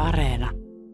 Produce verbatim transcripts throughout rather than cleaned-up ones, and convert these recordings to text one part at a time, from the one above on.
Areena.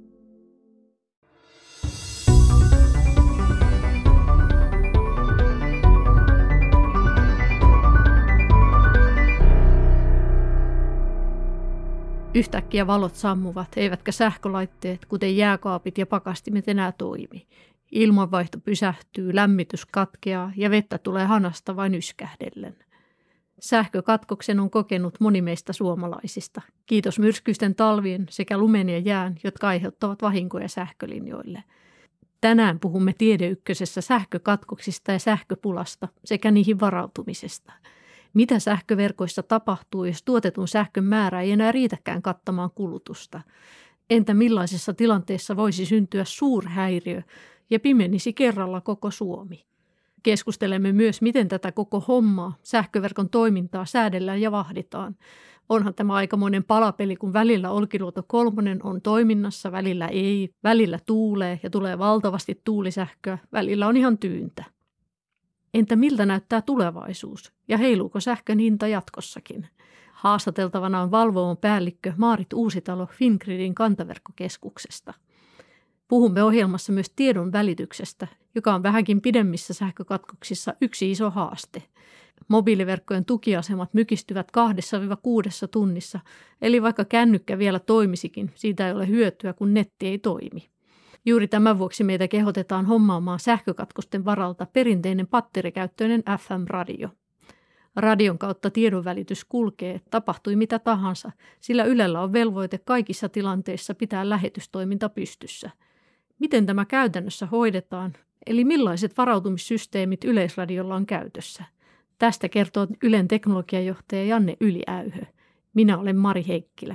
Yhtäkkiä valot sammuvat, eivätkä sähkölaitteet, kuten jääkaapit ja pakastimet enää toimi. Ilmanvaihto pysähtyy, lämmitys katkeaa ja vettä tulee hanasta vain yskähdellen. Sähkökatkoksen on kokenut moni meistä suomalaisista. Kiitos myrskyisten talvien sekä lumen ja jään, jotka aiheuttavat vahinkoja sähkölinjoille. Tänään puhumme Tiede Ykkösessä sähkökatkoksista ja sähköpulasta sekä niihin varautumisesta. Mitä sähköverkoissa tapahtuu, jos tuotetun sähkön määrä ei enää riitäkään kattamaan kulutusta? Entä millaisessa tilanteessa voisi syntyä suurhäiriö ja pimenisi kerralla koko Suomi? Keskustelemme myös, miten tätä koko hommaa, sähköverkon toimintaa säädellään ja vahditaan. Onhan tämä aikamoinen palapeli, kun välillä Olkiluoto kolmonen on toiminnassa, välillä ei, välillä tuulee ja tulee valtavasti tuulisähköä, välillä on ihan tyyntä. Entä miltä näyttää tulevaisuus ja heiluuko sähkön hinta jatkossakin? Haastateltavana on valvomon päällikkö Maarit Uusitalo Fingridin kantaverkkokeskuksesta. Puhumme ohjelmassa myös tiedon välityksestä, joka on vähänkin pidemmissä sähkökatkoksissa yksi iso haaste. Mobiiliverkkojen tukiasemat mykistyvät kahdesta kuuteen tunnissa, eli vaikka kännykkä vielä toimisikin, siitä ei ole hyötyä, kun netti ei toimi. Juuri tämän vuoksi meitä kehotetaan hommaamaan sähkökatkosten varalta perinteinen patterikäyttöinen F M-radio. Radion kautta tiedonvälitys kulkee, tapahtui mitä tahansa, sillä Ylellä on velvoite kaikissa tilanteissa pitää lähetystoiminta pystyssä. Miten tämä käytännössä hoidetaan, eli millaiset varautumissysteemit Yleisradiolla on käytössä? Tästä kertoo Ylen teknologiajohtaja Janne Yliäyhö. Minä olen Mari Heikkilä.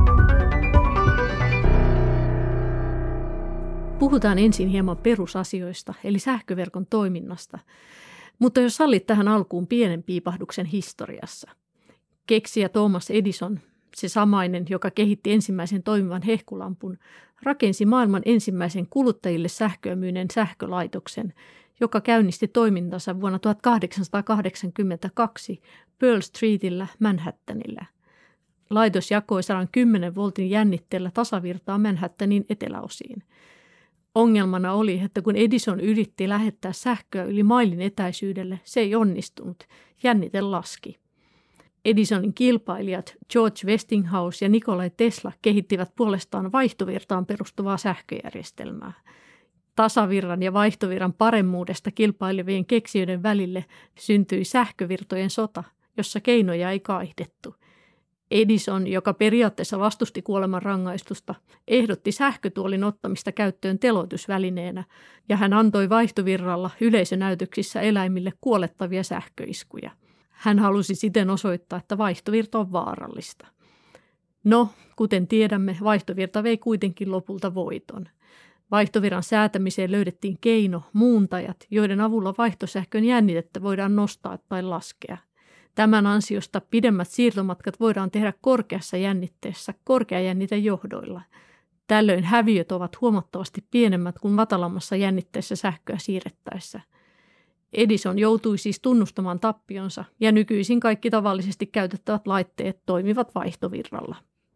Puhutaan ensin hieman perusasioista, eli sähköverkon toiminnasta. Mutta jos sallit tähän alkuun pienen piipahduksen historiassa. Keksijä Thomas Edison, se samainen, joka kehitti ensimmäisen toimivan hehkulampun, rakensi maailman ensimmäisen kuluttajille sähköä myyneen sähkölaitoksen, joka käynnisti toimintansa vuonna tuhatkahdeksansataakahdeksankymmentäkaksi Pearl Streetillä Manhattanilla. Laitos jakoi sata kymmenen voltin jännitteellä tasavirtaa Manhattanin eteläosiin. Ongelmana oli, että kun Edison yritti lähettää sähköä yli mailin etäisyydelle, se ei onnistunut. Jännite laski. Edisonin kilpailijat George Westinghouse ja Nikola Tesla kehittivät puolestaan vaihtovirtaan perustuvaa sähköjärjestelmää. Tasavirran ja vaihtovirran paremmuudesta kilpailevien keksijöiden välille syntyi sähkövirtojen sota, jossa keinoja ei kaihdettu. Edison, joka periaatteessa vastusti kuolemanrangaistusta, ehdotti sähkötuolin ottamista käyttöön teloitusvälineenä ja hän antoi vaihtovirralla yleisönäytöksissä eläimille kuolettavia sähköiskuja. Hän halusi siten osoittaa, että vaihtovirta on vaarallista. No, kuten tiedämme, vaihtovirta vei kuitenkin lopulta voiton. Vaihtovirran säätämiseen löydettiin keino, muuntajat, joiden avulla vaihtosähkön jännitettä voidaan nostaa tai laskea. Tämän ansiosta pidemmät siirtomatkat voidaan tehdä korkeassa jännitteessä korkeajännitejohdoilla. Tällöin häviöt ovat huomattavasti pienemmät kuin matalammassa jännitteessä sähköä siirrettäessä. Edison joutui siis tunnustamaan tappionsa ja nykyisin kaikki tavallisesti käytettävät laitteet toimivat vaihtovirralla.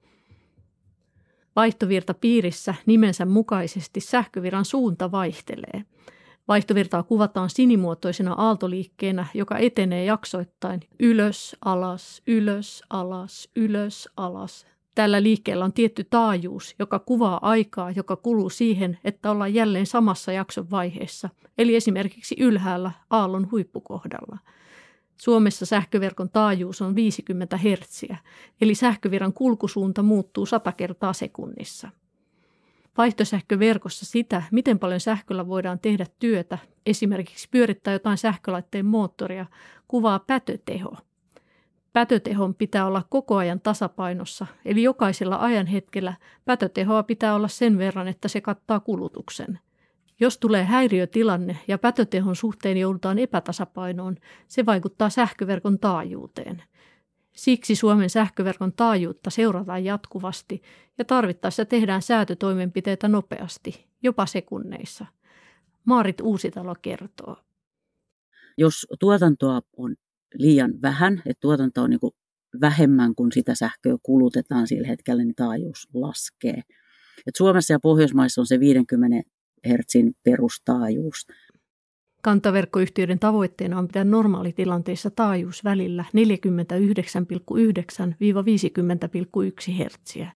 Vaihtovirtapiirissä nimensä mukaisesti sähkövirran suunta vaihtelee. Vaihtovirtaa kuvataan sinimuotoisena aaltoliikkeenä, joka etenee jaksoittain ylös, alas, ylös, alas, ylös, alas. Tällä liikkeellä on tietty taajuus, joka kuvaa aikaa, joka kuluu siihen, että ollaan jälleen samassa jakson vaiheessa, eli esimerkiksi ylhäällä aallon huippukohdalla. Suomessa sähköverkon taajuus on viisikymmentä hertsiä, eli sähkövirran kulkusuunta muuttuu sata kertaa sekunnissa. Vaihtosähköverkossa sitä, miten paljon sähköllä voidaan tehdä työtä, esimerkiksi pyörittää jotain sähkölaitteen moottoria, kuvaa pätöteho. Pätötehon pitää olla koko ajan tasapainossa, eli jokaisella ajanhetkellä pätötehoa pitää olla sen verran, että se kattaa kulutuksen. Jos tulee häiriötilanne ja pätötehon suhteen joudutaan epätasapainoon, se vaikuttaa sähköverkon taajuuteen. Siksi Suomen sähköverkon taajuutta seurataan jatkuvasti ja tarvittaessa tehdään säätötoimenpiteitä nopeasti, jopa sekunneissa. Maarit Uusitalo kertoo. Jos tuotantoa on liian vähän, että tuotanto on niin kuin vähemmän kuin sitä sähköä kulutetaan sillä hetkellä, niin taajuus laskee. Et Suomessa ja Pohjoismaissa on se viidenkymmenen hertsin perustaajuus. Kantaverkkoyhtiöiden tavoitteena on pitää normaalitilanteissa taajuus välillä neljäkymmentäyhdeksän pilkku yhdeksän - viisikymmentä pilkku yksi hertsiä.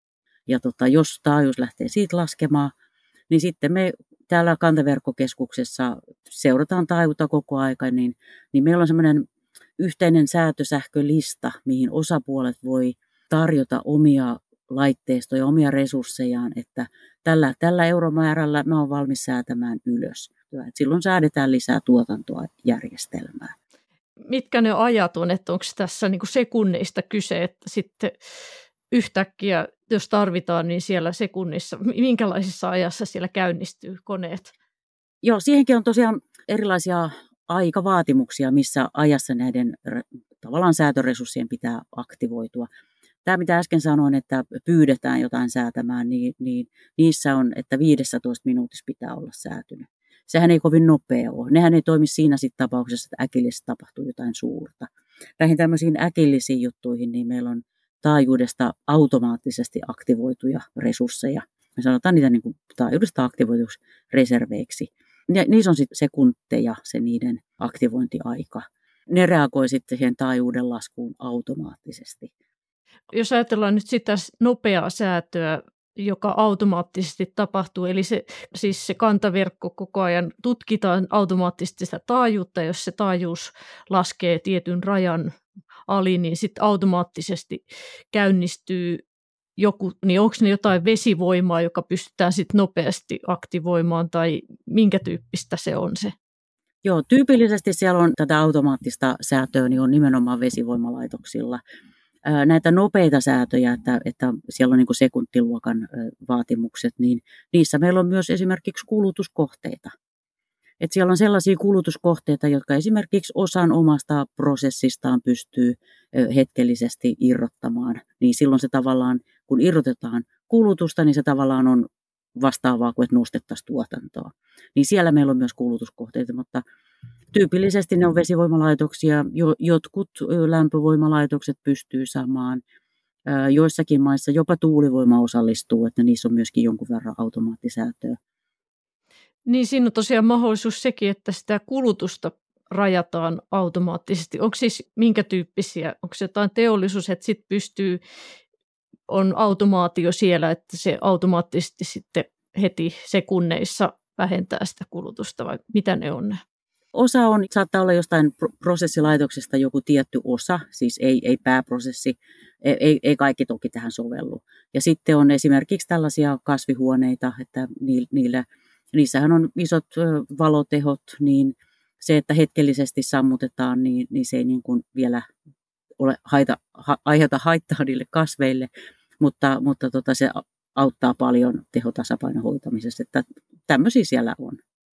Ja tota, jos taajuus lähtee siitä laskemaan, niin sitten me täällä kantaverkkokeskuksessa seurataan taajuutta koko aika, niin, niin meillä on semmoinen yhteinen säätösähkölista, mihin osapuolet voi tarjota omia laitteistoja, omia resurssejaan, että tällä, tällä euromäärällä mä oon valmis säätämään ylös. Et silloin säädetään lisää tuotantoa järjestelmään. Mitkä ne ajat on, että onko tässä niinku sekunneista kyse, että sitten yhtäkkiä, jos tarvitaan, niin siellä sekunnissa, minkälaisessa ajassa siellä käynnistyy koneet? Joo, siihenkin on tosiaan erilaisia aikavaatimuksia, missä ajassa näiden tavallaan säätöresurssien pitää aktivoitua. Tämä, mitä äsken sanoin, että pyydetään jotain säätämään, niin, niin niissä on, että viisitoista minuutissa pitää olla säätynyt. Sehän ei kovin nopea ole. Nehän ei toimi siinä sit tapauksessa, että äkillisesti tapahtuu jotain suurta. Näihin tämmöisiin äkillisiin juttuihin, niin meillä on taajuudesta automaattisesti aktivoituja resursseja. Me sanotaan niitä niin kuin taajuudesta aktivoituksi reserveiksi. Ja niissä on sitten sekunteja se niiden aktivointiaika. Ne reagoi sitten siihen taajuuden laskuun automaattisesti. Jos ajatellaan nyt sitä nopeaa säätöä, joka automaattisesti tapahtuu, eli se, siis se kantaverkko koko ajan tutkitaan automaattisesti sitä taajuutta, jos se taajuus laskee tietyn rajan ali, niin sitten automaattisesti käynnistyy joku, niin onko ne jotain vesivoimaa, joka pystytään sitten nopeasti aktivoimaan, tai minkä tyyppistä se on se? Joo, tyypillisesti siellä on tätä automaattista säätöä, niin on nimenomaan vesivoimalaitoksilla. Näitä nopeita säätöjä, että, että siellä on niin kuin sekuntiluokan vaatimukset, niin niissä meillä on myös esimerkiksi kulutuskohteita. Että siellä on sellaisia kulutuskohteita, jotka esimerkiksi osan omasta prosessistaan pystyy hetkellisesti irrottamaan. Niin silloin se tavallaan, kun irrotetaan kulutusta, niin se tavallaan on vastaavaa kuin, että nostettaisiin tuotantoa. Niin siellä meillä on myös kulutuskohteita, mutta tyypillisesti ne on vesivoimalaitoksia, jotkut lämpövoimalaitokset pystyy samaan. Joissakin maissa jopa tuulivoima osallistuu, että niissä on myöskin jonkun verran automaattisäätöä. Niin siinä on tosiaan mahdollisuus sekin, että sitä kulutusta rajataan automaattisesti. Onko siis minkä tyyppisiä, onko se jotain teollisuus, että sitten pystyy, on automaatio siellä, että se automaattisesti sitten heti sekunneissa vähentää sitä kulutusta, vai mitä ne on? Osa on, saattaa olla jostain prosessilaitoksesta joku tietty osa, siis ei, ei pääprosessi, ei, ei kaikki toki tähän sovellu. Ja sitten on esimerkiksi tällaisia kasvihuoneita, että niillä, niissähän on isot valotehot, niin se, että hetkellisesti sammutetaan, niin, niin se ei niin kuin vielä ole haita, ha, aiheuta haittaa niille kasveille, mutta, mutta tota, se auttaa paljon tehotasapainon hoitamisessa, että tämmöisiä siellä on.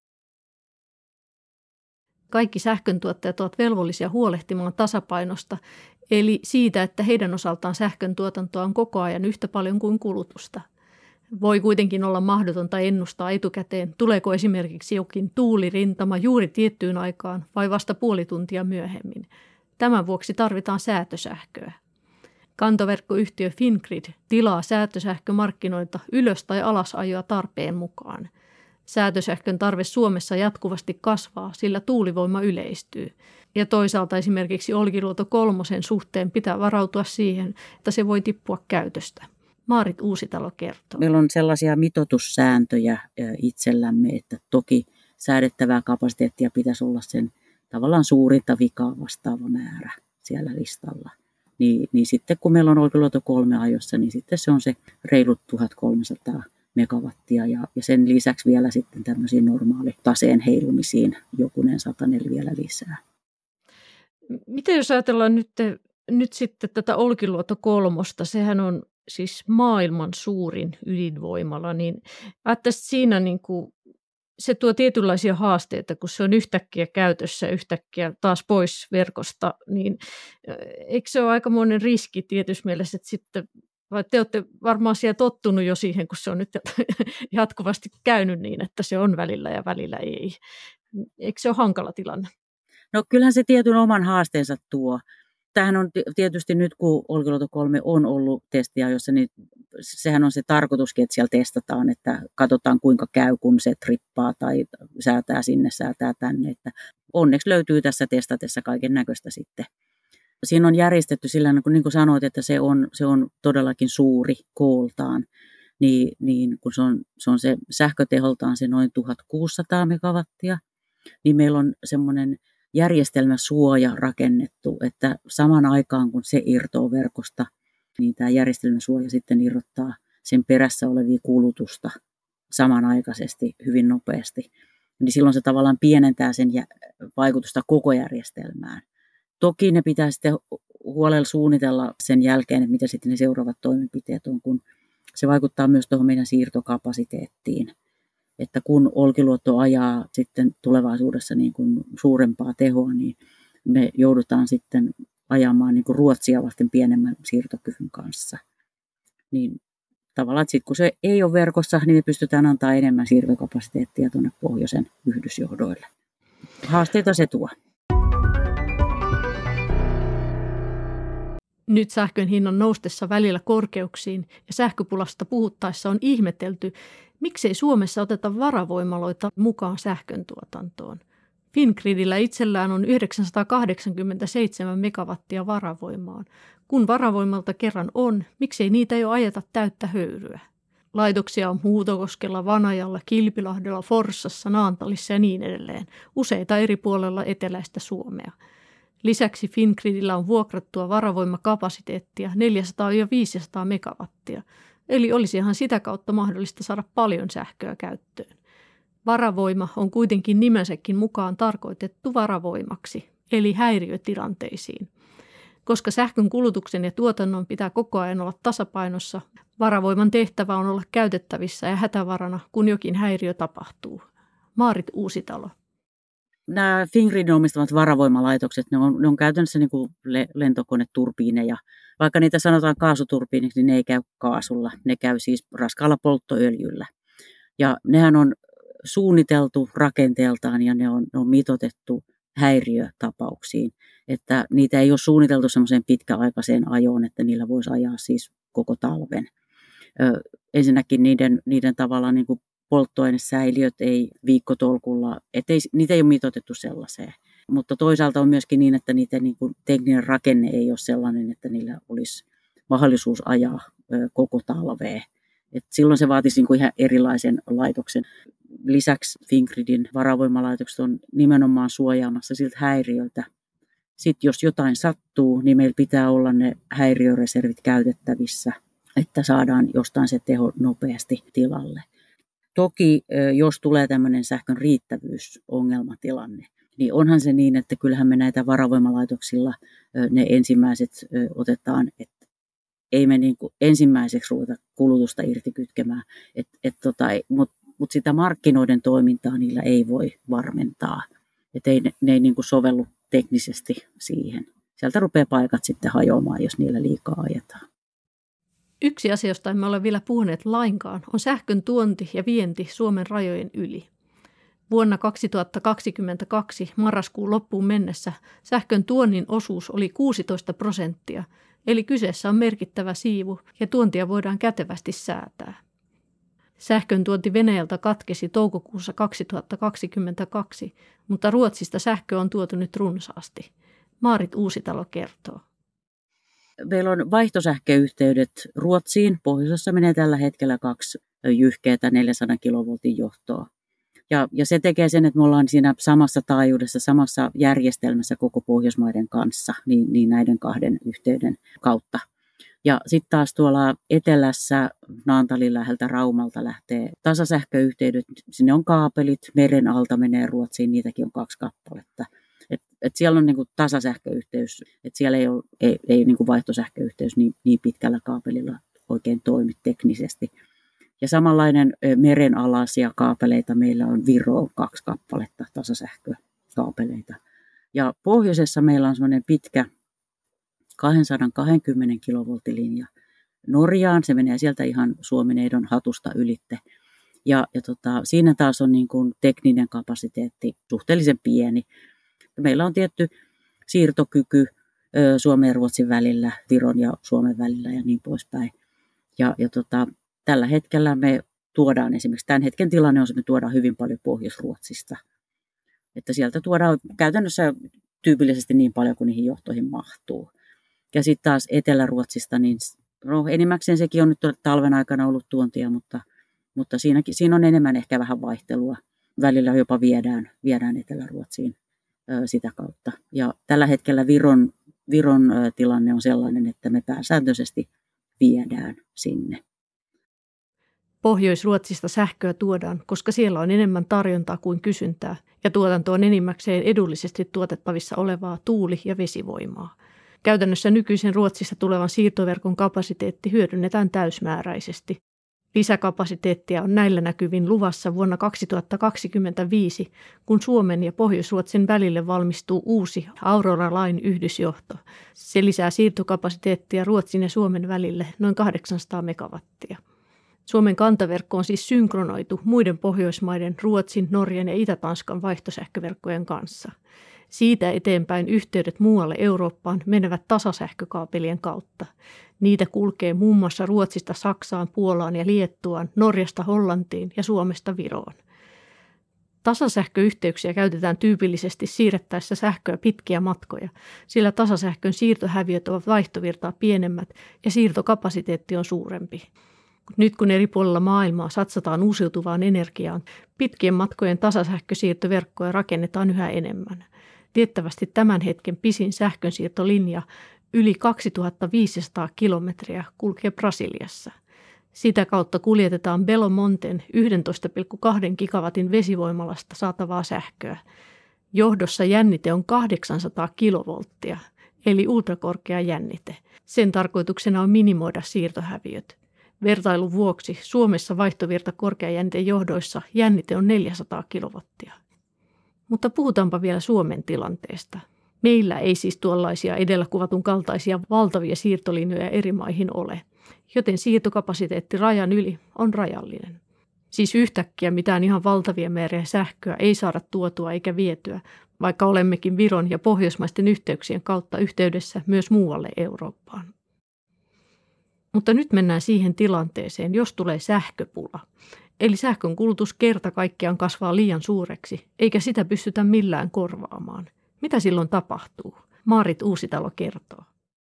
Kaikki sähköntuottajat ovat velvollisia huolehtimaan tasapainosta, eli siitä, että heidän osaltaan sähköntuotantoa on koko ajan yhtä paljon kuin kulutusta. Voi kuitenkin olla mahdotonta ennustaa etukäteen, tuleeko esimerkiksi jokin tuulirintama juuri tiettyyn aikaan vai vasta puoli tuntia myöhemmin. Tämän vuoksi tarvitaan säätösähköä. Kantaverkkoyhtiö Fingrid tilaa säätösähkömarkkinoilta ylös- tai alasajoa tarpeen mukaan. Säätösähkön tarve Suomessa jatkuvasti kasvaa, sillä tuulivoima yleistyy. Ja toisaalta esimerkiksi Olkiluoto kolmosen suhteen pitää varautua siihen, että se voi tippua käytöstä. Maarit Uusitalo kertoo. Meillä on sellaisia mitoitussääntöjä itsellämme, että toki säädettävää kapasiteettia pitäisi olla sen tavallaan suurinta vikaa vastaava määrä siellä listalla. Niin, niin sitten kun meillä on Olkiluoto kolme ajossa, niin sitten se on se reilut tuhatkolmesataa megawattia ja, ja sen lisäksi vielä sitten tämmöisiin normaali taseen heilumisiin jokunen satanen vielä lisää. Miten jos ajatellaan nyt, nyt sitten tätä Olkiluoto kolmosta, sehän on siis maailman suurin ydinvoimala, niin ajattelisi siinä niin kuin, se tuo tietynlaisia haasteita, kun se on yhtäkkiä käytössä, yhtäkkiä taas pois verkosta, niin eikö se ole aikamoinen riski tietyssä mielessä, että sitten vai te olette varmaan siellä tottunut jo siihen, kun se on nyt jatkuvasti käynyt niin, että se on välillä ja välillä ei. Eikö se ole hankala tilanne? No kyllähän se tietyn oman haasteensa tuo. tämähän on tietysti nyt, kun Olkiluoto kolme on ollut testiä, jossa niin sehän on se tarkoituskin, että siellä testataan, että katsotaan kuinka käy, kun se trippaa tai säätää sinne, säätää tänne. Että onneksi löytyy tässä testatessa kaiken näköistä sitten. Siinä on järjestetty sillä, niin kuin sanoit, että se on, se on todellakin suuri kooltaan, niin, niin kun se on, se on se sähköteholtaan se noin tuhatkuusisataa megawattia, niin meillä on semmoinen järjestelmäsuoja rakennettu, että saman aikaan kun se irtoaa verkosta, niin tämä järjestelmäsuoja sitten irrottaa sen perässä olevia kulutusta samanaikaisesti hyvin nopeasti. Niin silloin se tavallaan pienentää sen vaikutusta koko järjestelmään. Toki ne pitää sitten huolella suunnitella sen jälkeen, että mitä sitten ne seuraavat toimenpiteet on, kun se vaikuttaa myös tuohon meidän siirtokapasiteettiin. Että kun Olkiluoto ajaa sitten tulevaisuudessa niin kuin suurempaa tehoa, niin me joudutaan sitten ajamaan niin kuin Ruotsia vasten pienemmän siirtokyvyn kanssa. Niin tavallaan, että sitten kun se ei ole verkossa, niin me pystytään antaa enemmän siirtokapasiteettia tuonne pohjoisen yhdysjohdoille. Haasteita se tuo. Nyt sähkön hinnan noustessa välillä korkeuksiin ja sähköpulasta puhuttaessa on ihmetelty, miksei Suomessa oteta varavoimaloita mukaan sähkön tuotantoon. Fingridillä itsellään on yhdeksänsataakahdeksankymmentäseitsemän megawattia varavoimaan. Kun varavoimalta kerran on, miksei niitä jo ajeta täyttä höyryä? Laitoksia on Huutokoskella, Vanajalla, Kilpilahdella, Forssassa, Naantalissa ja niin edelleen, useita eri puolella eteläistä Suomea. Lisäksi Fingridillä on vuokrattua varavoimakapasiteettia neljäsataa viisisataa megawattia, eli olisihan sitä kautta mahdollista saada paljon sähköä käyttöön. Varavoima on kuitenkin nimensäkin mukaan tarkoitettu varavoimaksi, eli häiriötilanteisiin. Koska sähkön kulutuksen ja tuotannon pitää koko ajan olla tasapainossa, varavoiman tehtävä on olla käytettävissä ja hätävarana, kun jokin häiriö tapahtuu. Maarit Uusitalo. Nämä Fingridin omistamat varavoimalaitokset, ne on, ne on käytännössä niin kuin lentokoneturbiineja. Vaikka niitä sanotaan kaasuturbiiniksi, niin ne ei käy kaasulla. Ne käy siis raskaalla polttoöljyllä. Ja nehän on suunniteltu rakenteeltaan ja ne on, ne on mitoitettu häiriötapauksiin. Että niitä ei ole suunniteltu semmoiseen pitkäaikaiseen ajoon, että niillä voisi ajaa siis koko talven. Ö, ensinnäkin niiden, niiden tavallaan niin kuin polttoainesäiliöt ei viikkotolkulla, ettei, niitä ei ole mitoitettu sellaiseen. Mutta toisaalta on myöskin niin, että niiden niin kuin tekninen rakenne ei ole sellainen, että niillä olisi mahdollisuus ajaa ö, koko talvea. Et silloin se vaatisi niin kuin ihan erilaisen laitoksen. Lisäksi Fingridin varavoimalaitokset on nimenomaan suojaamassa siltä häiriöltä. Sitten jos jotain sattuu, niin meillä pitää olla ne häiriöreservit käytettävissä, että saadaan jostain se teho nopeasti tilalle. Toki jos tulee tämmöinen sähkön riittävyysongelmatilanne, niin onhan se niin, että kyllähän me näitä varavoimalaitoksilla ne ensimmäiset otetaan, että ei me niin kuin ensimmäiseksi ruveta kulutusta irti kytkemään, et, et tota, mutta mut sitä markkinoiden toimintaa niillä ei voi varmentaa, että ei, ne, ne ei niin kuin sovellu teknisesti siihen. Sieltä rupeaa paikat sitten hajoamaan, jos niillä liikaa ajetaan. Yksi asia, josta emme ole vielä puhuneet lainkaan, on sähkön tuonti ja vienti Suomen rajojen yli. Vuonna kaksituhattakaksikymmentäkaksi marraskuun loppuun mennessä sähkön tuonnin osuus oli kuusitoista prosenttia, eli kyseessä on merkittävä siivu ja tuontia voidaan kätevästi säätää. Sähkön tuonti Venäjältä katkesi toukokuussa kaksituhattakaksikymmentäkaksi, mutta Ruotsista sähkö on tuotu nyt runsaasti. Maarit Uusitalo kertoo. Meillä on vaihtosähköyhteydet Ruotsiin. Pohjoisessa menee tällä hetkellä kaksi jyhkeätä neljäsadan kilovoltin johtoa. Ja, ja se tekee sen, että me ollaan siinä samassa taajuudessa, samassa järjestelmässä koko Pohjoismaiden kanssa, niin, niin näiden kahden yhteyden kautta. Ja sitten taas tuolla etelässä Naantalin läheltä Raumalta lähtee tasasähköyhteydet. Sinne on kaapelit, meren alta menee Ruotsiin, niitäkin on kaksi kappaletta. Et, et siellä on niinku tasasähköyhteys, että siellä ei, ole, ei, ei niinku vaihtosähköyhteys niin, niin pitkällä kaapelilla oikein toimi teknisesti. Ja samanlainen merenalaisia kaapeleita meillä on Viroon kaksi kappaletta tasasähkökaapeleita. Ja pohjoisessa meillä on semmoinen pitkä kaksisataakaksikymmentä kilovolttilinja Norjaan. Se menee sieltä ihan Suomineidon hatusta ylitte. Ja, ja tota, siinä taas on niin kuin tekninen kapasiteetti suhteellisen pieni. Meillä on tietty siirtokyky Suomen ja Ruotsin välillä, Viron ja Suomen välillä ja niin poispäin. Ja, ja tota, tällä hetkellä me tuodaan esimerkiksi, tämän hetken tilanne on se, että me tuodaan hyvin paljon Pohjois-Ruotsista. Että sieltä tuodaan käytännössä tyypillisesti niin paljon kuin niihin johtoihin mahtuu. Ja sitten taas Etelä-Ruotsista, niin no, enimmäkseen sekin on nyt talven aikana ollut tuontia, mutta, mutta siinäkin, siinä on enemmän ehkä vähän vaihtelua. Välillä jopa viedään, viedään Etelä-Ruotsiin ö, sitä kautta. Ja tällä hetkellä Viron, Viron ö, tilanne on sellainen, että me pääsääntöisesti viedään sinne. Pohjois-Ruotsista sähköä tuodaan, koska siellä on enemmän tarjontaa kuin kysyntää, ja tuotanto on enimmäkseen edullisesti tuotettavissa olevaa tuuli- ja vesivoimaa. Käytännössä nykyisen Ruotsista tulevan siirtoverkon kapasiteetti hyödynnetään täysmääräisesti. Lisäkapasiteettia on näillä näkyvin luvassa vuonna kaksituhattakaksikymmentäviisi, kun Suomen ja Pohjois-Ruotsin välille valmistuu uusi Aurora Line -yhdysjohto. Se lisää siirtokapasiteettia Ruotsin ja Suomen välille noin kahdeksansataa megawattia. Suomen kantaverkko on siis synkronoitu muiden Pohjoismaiden, Ruotsin, Norjan ja Itä-Tanskan vaihtosähköverkkojen kanssa. Siitä eteenpäin yhteydet muualle Eurooppaan menevät tasasähkökaapelien kautta. Niitä kulkee muun muassa Ruotsista Saksaan, Puolaan ja Liettuaan, Norjasta Hollantiin ja Suomesta Viroon. Tasasähköyhteyksiä käytetään tyypillisesti siirrettäessä sähköä pitkiä matkoja, sillä tasasähkön siirtohäviöt ovat vaihtovirtaa pienemmät ja siirtokapasiteetti on suurempi. Nyt kun eri puolilla maailmaa satsataan uusiutuvaan energiaan, pitkien matkojen tasasähkösiirtoverkkoja rakennetaan yhä enemmän. Tiettävästi tämän hetken pisin sähkönsiirtolinja yli kaksituhattaviisisataa kilometriä kulkee Brasiliassa. Sitä kautta kuljetetaan Belo Monten yksitoista pilkku kaksi gigawatin vesivoimalasta saatavaa sähköä. Johdossa jännite on kahdeksansataa kilovolttia, eli ultrakorkea jännite. Sen tarkoituksena on minimoida siirtohäviöt. Vertailun vuoksi Suomessa vaihtovirta korkeajännitejohdoissa jännite on neljäsataa kilowattia. Mutta puhutaanpa vielä Suomen tilanteesta. Meillä ei siis tuollaisia edellä kuvatun kaltaisia valtavia siirtolinjoja eri maihin ole, joten siirtokapasiteetti rajan yli on rajallinen. Siis yhtäkkiä mitään ihan valtavia määriä sähköä ei saada tuotua eikä vietyä, vaikka olemmekin Viron ja pohjoismaisten yhteyksien kautta yhteydessä myös muualle Eurooppaan. Mutta nyt mennään siihen tilanteeseen, jos tulee sähköpula. Eli sähkön kulutus kerta kaikkiaan kasvaa liian suureksi, eikä sitä pystytä millään korvaamaan. Mitä silloin tapahtuu? Maarit Uusitalo kertoo.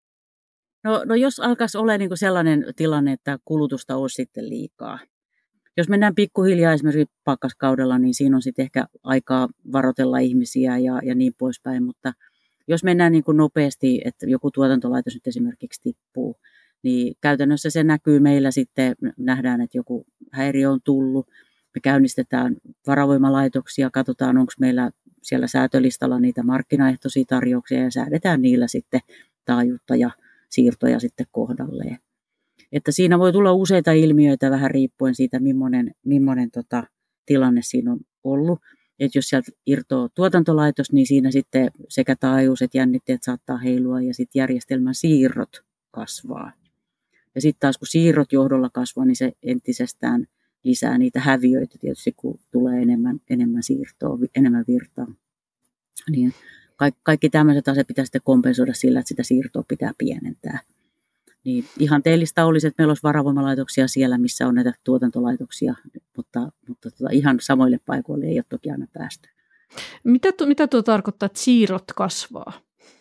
No, no jos alkaisi olla niin kuin sellainen tilanne, että kulutusta olisi sitten liikaa. Jos mennään pikkuhiljaa esimerkiksi pakkaskaudella, niin siinä on sitten ehkä aikaa varotella ihmisiä ja, ja niin poispäin. Mutta jos mennään niin kuin nopeasti, että joku tuotantolaitos nyt esimerkiksi tippuu, niin käytännössä se näkyy meillä sitten, nähdään, että joku häiriö on tullut. Me käynnistetään varavoimalaitoksia, katsotaan, onko meillä siellä säätölistalla niitä markkinaehtoisia tarjouksia ja säädetään niillä sitten taajuutta ja siirtoja sitten kohdalleen. Että siinä voi tulla useita ilmiöitä vähän riippuen siitä, millainen, millainen tota, tilanne siinä on ollut. Että jos sieltä irtoaa tuotantolaitos, niin siinä sitten sekä taajuus että jännitteet saattaa heilua ja sitten järjestelmän siirrot kasvaa. Ja sitten taas kun siirrot johdolla kasvaa, niin se entisestään lisää niitä häviöitä tietysti, kun tulee enemmän, enemmän siirtoa, enemmän virtaa. Niin kaikki, kaikki tämmöiset asiat pitää sitten kompensoida sillä, että sitä siirtoa pitää pienentää. Niin ihanteellista olisi, että meillä olisi varavoimalaitoksia siellä, missä on näitä tuotantolaitoksia, mutta, mutta tota, ihan samoille paikoille ei ole toki aina päästy. Mitä tuo, mitä tuo tarkoittaa, että siirrot kasvaa?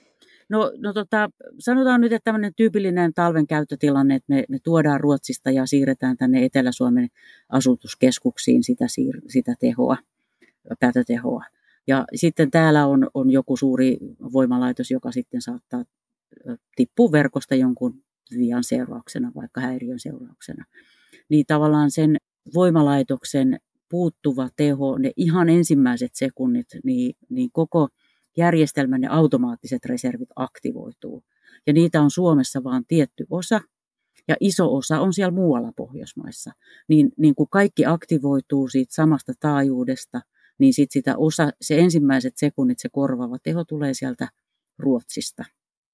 No, no tota, sanotaan nyt, että tämmöinen tyypillinen talven käyttötilanne, että me, me tuodaan Ruotsista ja siirretään tänne Etelä-Suomen asutuskeskuksiin sitä, siir, sitä tehoa, päätötehoa. Ja sitten täällä on, on joku suuri voimalaitos, joka sitten saattaa tippua verkosta jonkun vian seurauksena, vaikka häiriön seurauksena. Niin tavallaan sen voimalaitoksen puuttuva teho, ne ihan ensimmäiset sekunnit, niin, niin koko järjestelmän ne automaattiset reservit aktivoituu. Ja niitä on Suomessa vain tietty osa, ja iso osa on siellä muualla Pohjoismaissa. Niin, niin kun kaikki aktivoituu siitä samasta taajuudesta, niin sit sitä osa, se ensimmäiset sekunnit, se korvaava teho tulee sieltä Ruotsista.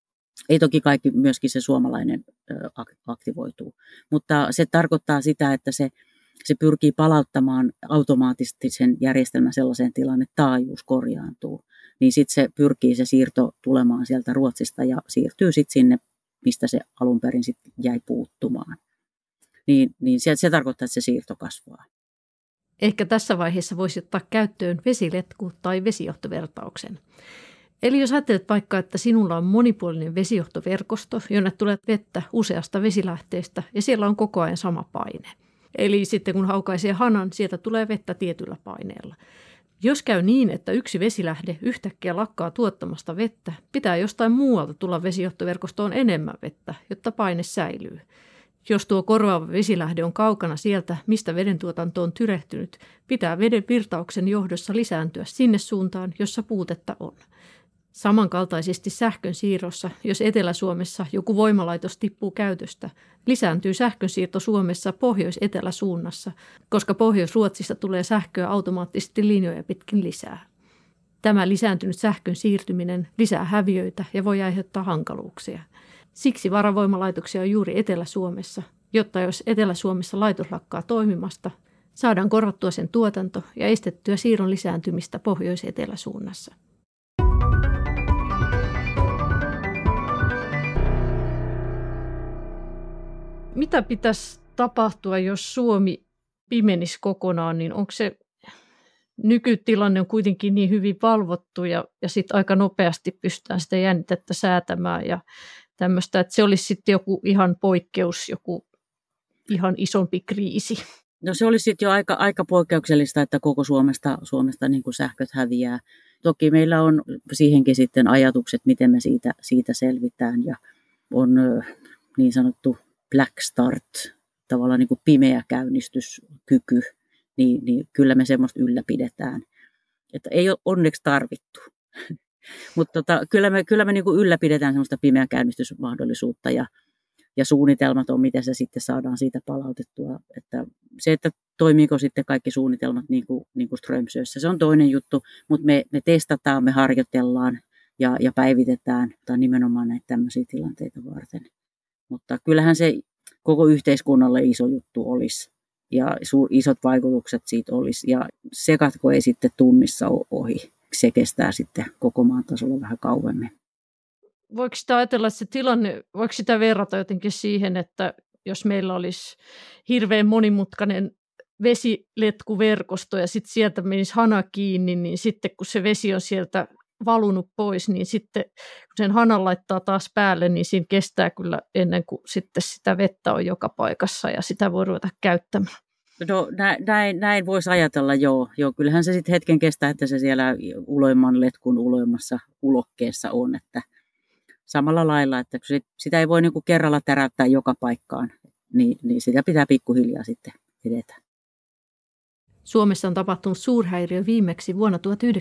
Ei toki kaikki, myöskin se suomalainen aktivoituu, mutta se tarkoittaa sitä, että se, se pyrkii palauttamaan automaattisesti sen järjestelmän sellaiseen tilaan, että taajuus korjaantuu. niin sitten se pyrkii se siirto tulemaan sieltä Ruotsista ja siirtyy sitten sinne, mistä se alun perin sitten jäi puuttumaan. Niin, niin se, se tarkoittaa, että se siirto kasvaa. Ehkä tässä vaiheessa voisi ottaa käyttöön vesiletku tai vesijohtovertauksen. Eli jos ajattelet vaikka, että sinulla on monipuolinen vesijohtoverkosto, jonne tulee vettä useasta vesilähteestä ja siellä on koko ajan sama paine. Eli sitten kun haukaisee hanan, sieltä tulee vettä tietyllä paineella. Jos käy niin, että yksi vesilähde yhtäkkiä lakkaa tuottamasta vettä, pitää jostain muualta tulla vesijohtoverkostoon enemmän vettä, jotta paine säilyy. Jos tuo korvaava vesilähde on kaukana sieltä, mistä vedentuotanto on tyrehtynyt, pitää veden virtauksen johdossa lisääntyä sinne suuntaan, jossa puutetta on. Samankaltaisesti sähkön siirrossa, jos Etelä-Suomessa joku voimalaitos tippuu käytöstä, lisääntyy sähkönsiirto Suomessa pohjois-eteläsuunnassa, koska Pohjois-Ruotsista tulee sähköä automaattisesti linjoja pitkin lisää. Tämä lisääntynyt sähkön siirtyminen lisää häviöitä ja voi aiheuttaa hankaluuksia. Siksi varavoimalaitoksia on juuri Etelä-Suomessa, jotta jos Etelä-Suomessa laitos lakkaa toimimasta, saadaan korvattua sen tuotanto ja estettyä siirron lisääntymistä pohjois-eteläsuunnassa. Mitä pitäisi tapahtua, jos Suomi pimenisi kokonaan, niin onko se nykytilanne on kuitenkin niin hyvin valvottu ja, ja sitten aika nopeasti pystytään sitä jännitettä säätämään ja tämmöistä, että se olisi sitten joku ihan poikkeus, joku ihan isompi kriisi. No se olisi sitten jo aika, aika poikkeuksellista, että koko Suomesta, Suomesta niin kuin sähköt häviää. Toki meillä on siihenkin sitten ajatukset, miten me siitä, siitä selvitään ja on niin sanottu black start, tavallaan niin kuin pimeä käynnistyskyky, niin, niin kyllä me semmoista ylläpidetään. Että ei ole onneksi tarvittu, mutta tota, kyllä me, kyllä me niin kuin ylläpidetään semmoista pimeä käynnistysmahdollisuutta ja, ja suunnitelmat on, miten se sitten saadaan siitä palautettua. Että se, että toimiiko sitten kaikki suunnitelmat niin kuin, niin kuin Strömsössä, se on toinen juttu, mutta me, me testataan, me harjoitellaan ja, ja päivitetään tai nimenomaan näitä tämmöisiä tilanteita varten. Mutta kyllähän se koko yhteiskunnalle iso juttu olisi ja isot vaikutukset siitä olisi. Ja sekatko ei sitten tunnissa ole ohi. Se kestää sitten koko maan tasolla vähän kauemmin. Voiko sitä ajatella, että se tilanne, voiko sitä verrata jotenkin siihen, että jos meillä olisi hirveän monimutkainen vesiletkuverkosto ja sitten sieltä menisi hana kiinni, niin sitten kun se vesi on sieltä valunut pois, niin sitten kun sen hanan laittaa taas päälle, niin siinä kestää kyllä ennen kuin sitten sitä vettä on joka paikassa ja sitä voi ruveta käyttämään. No näin, näin voisi ajatella, joo. joo. Kyllähän se sitten hetken kestää, että se siellä uloimman letkun uloimmassa ulokkeessa on. Että samalla lailla, että kun sitä ei voi niinku kerralla täräyttää joka paikkaan, niin, niin sitä pitää pikkuhiljaa sitten edetä. Suomessa on tapahtunut suurhäiriö viimeksi vuonna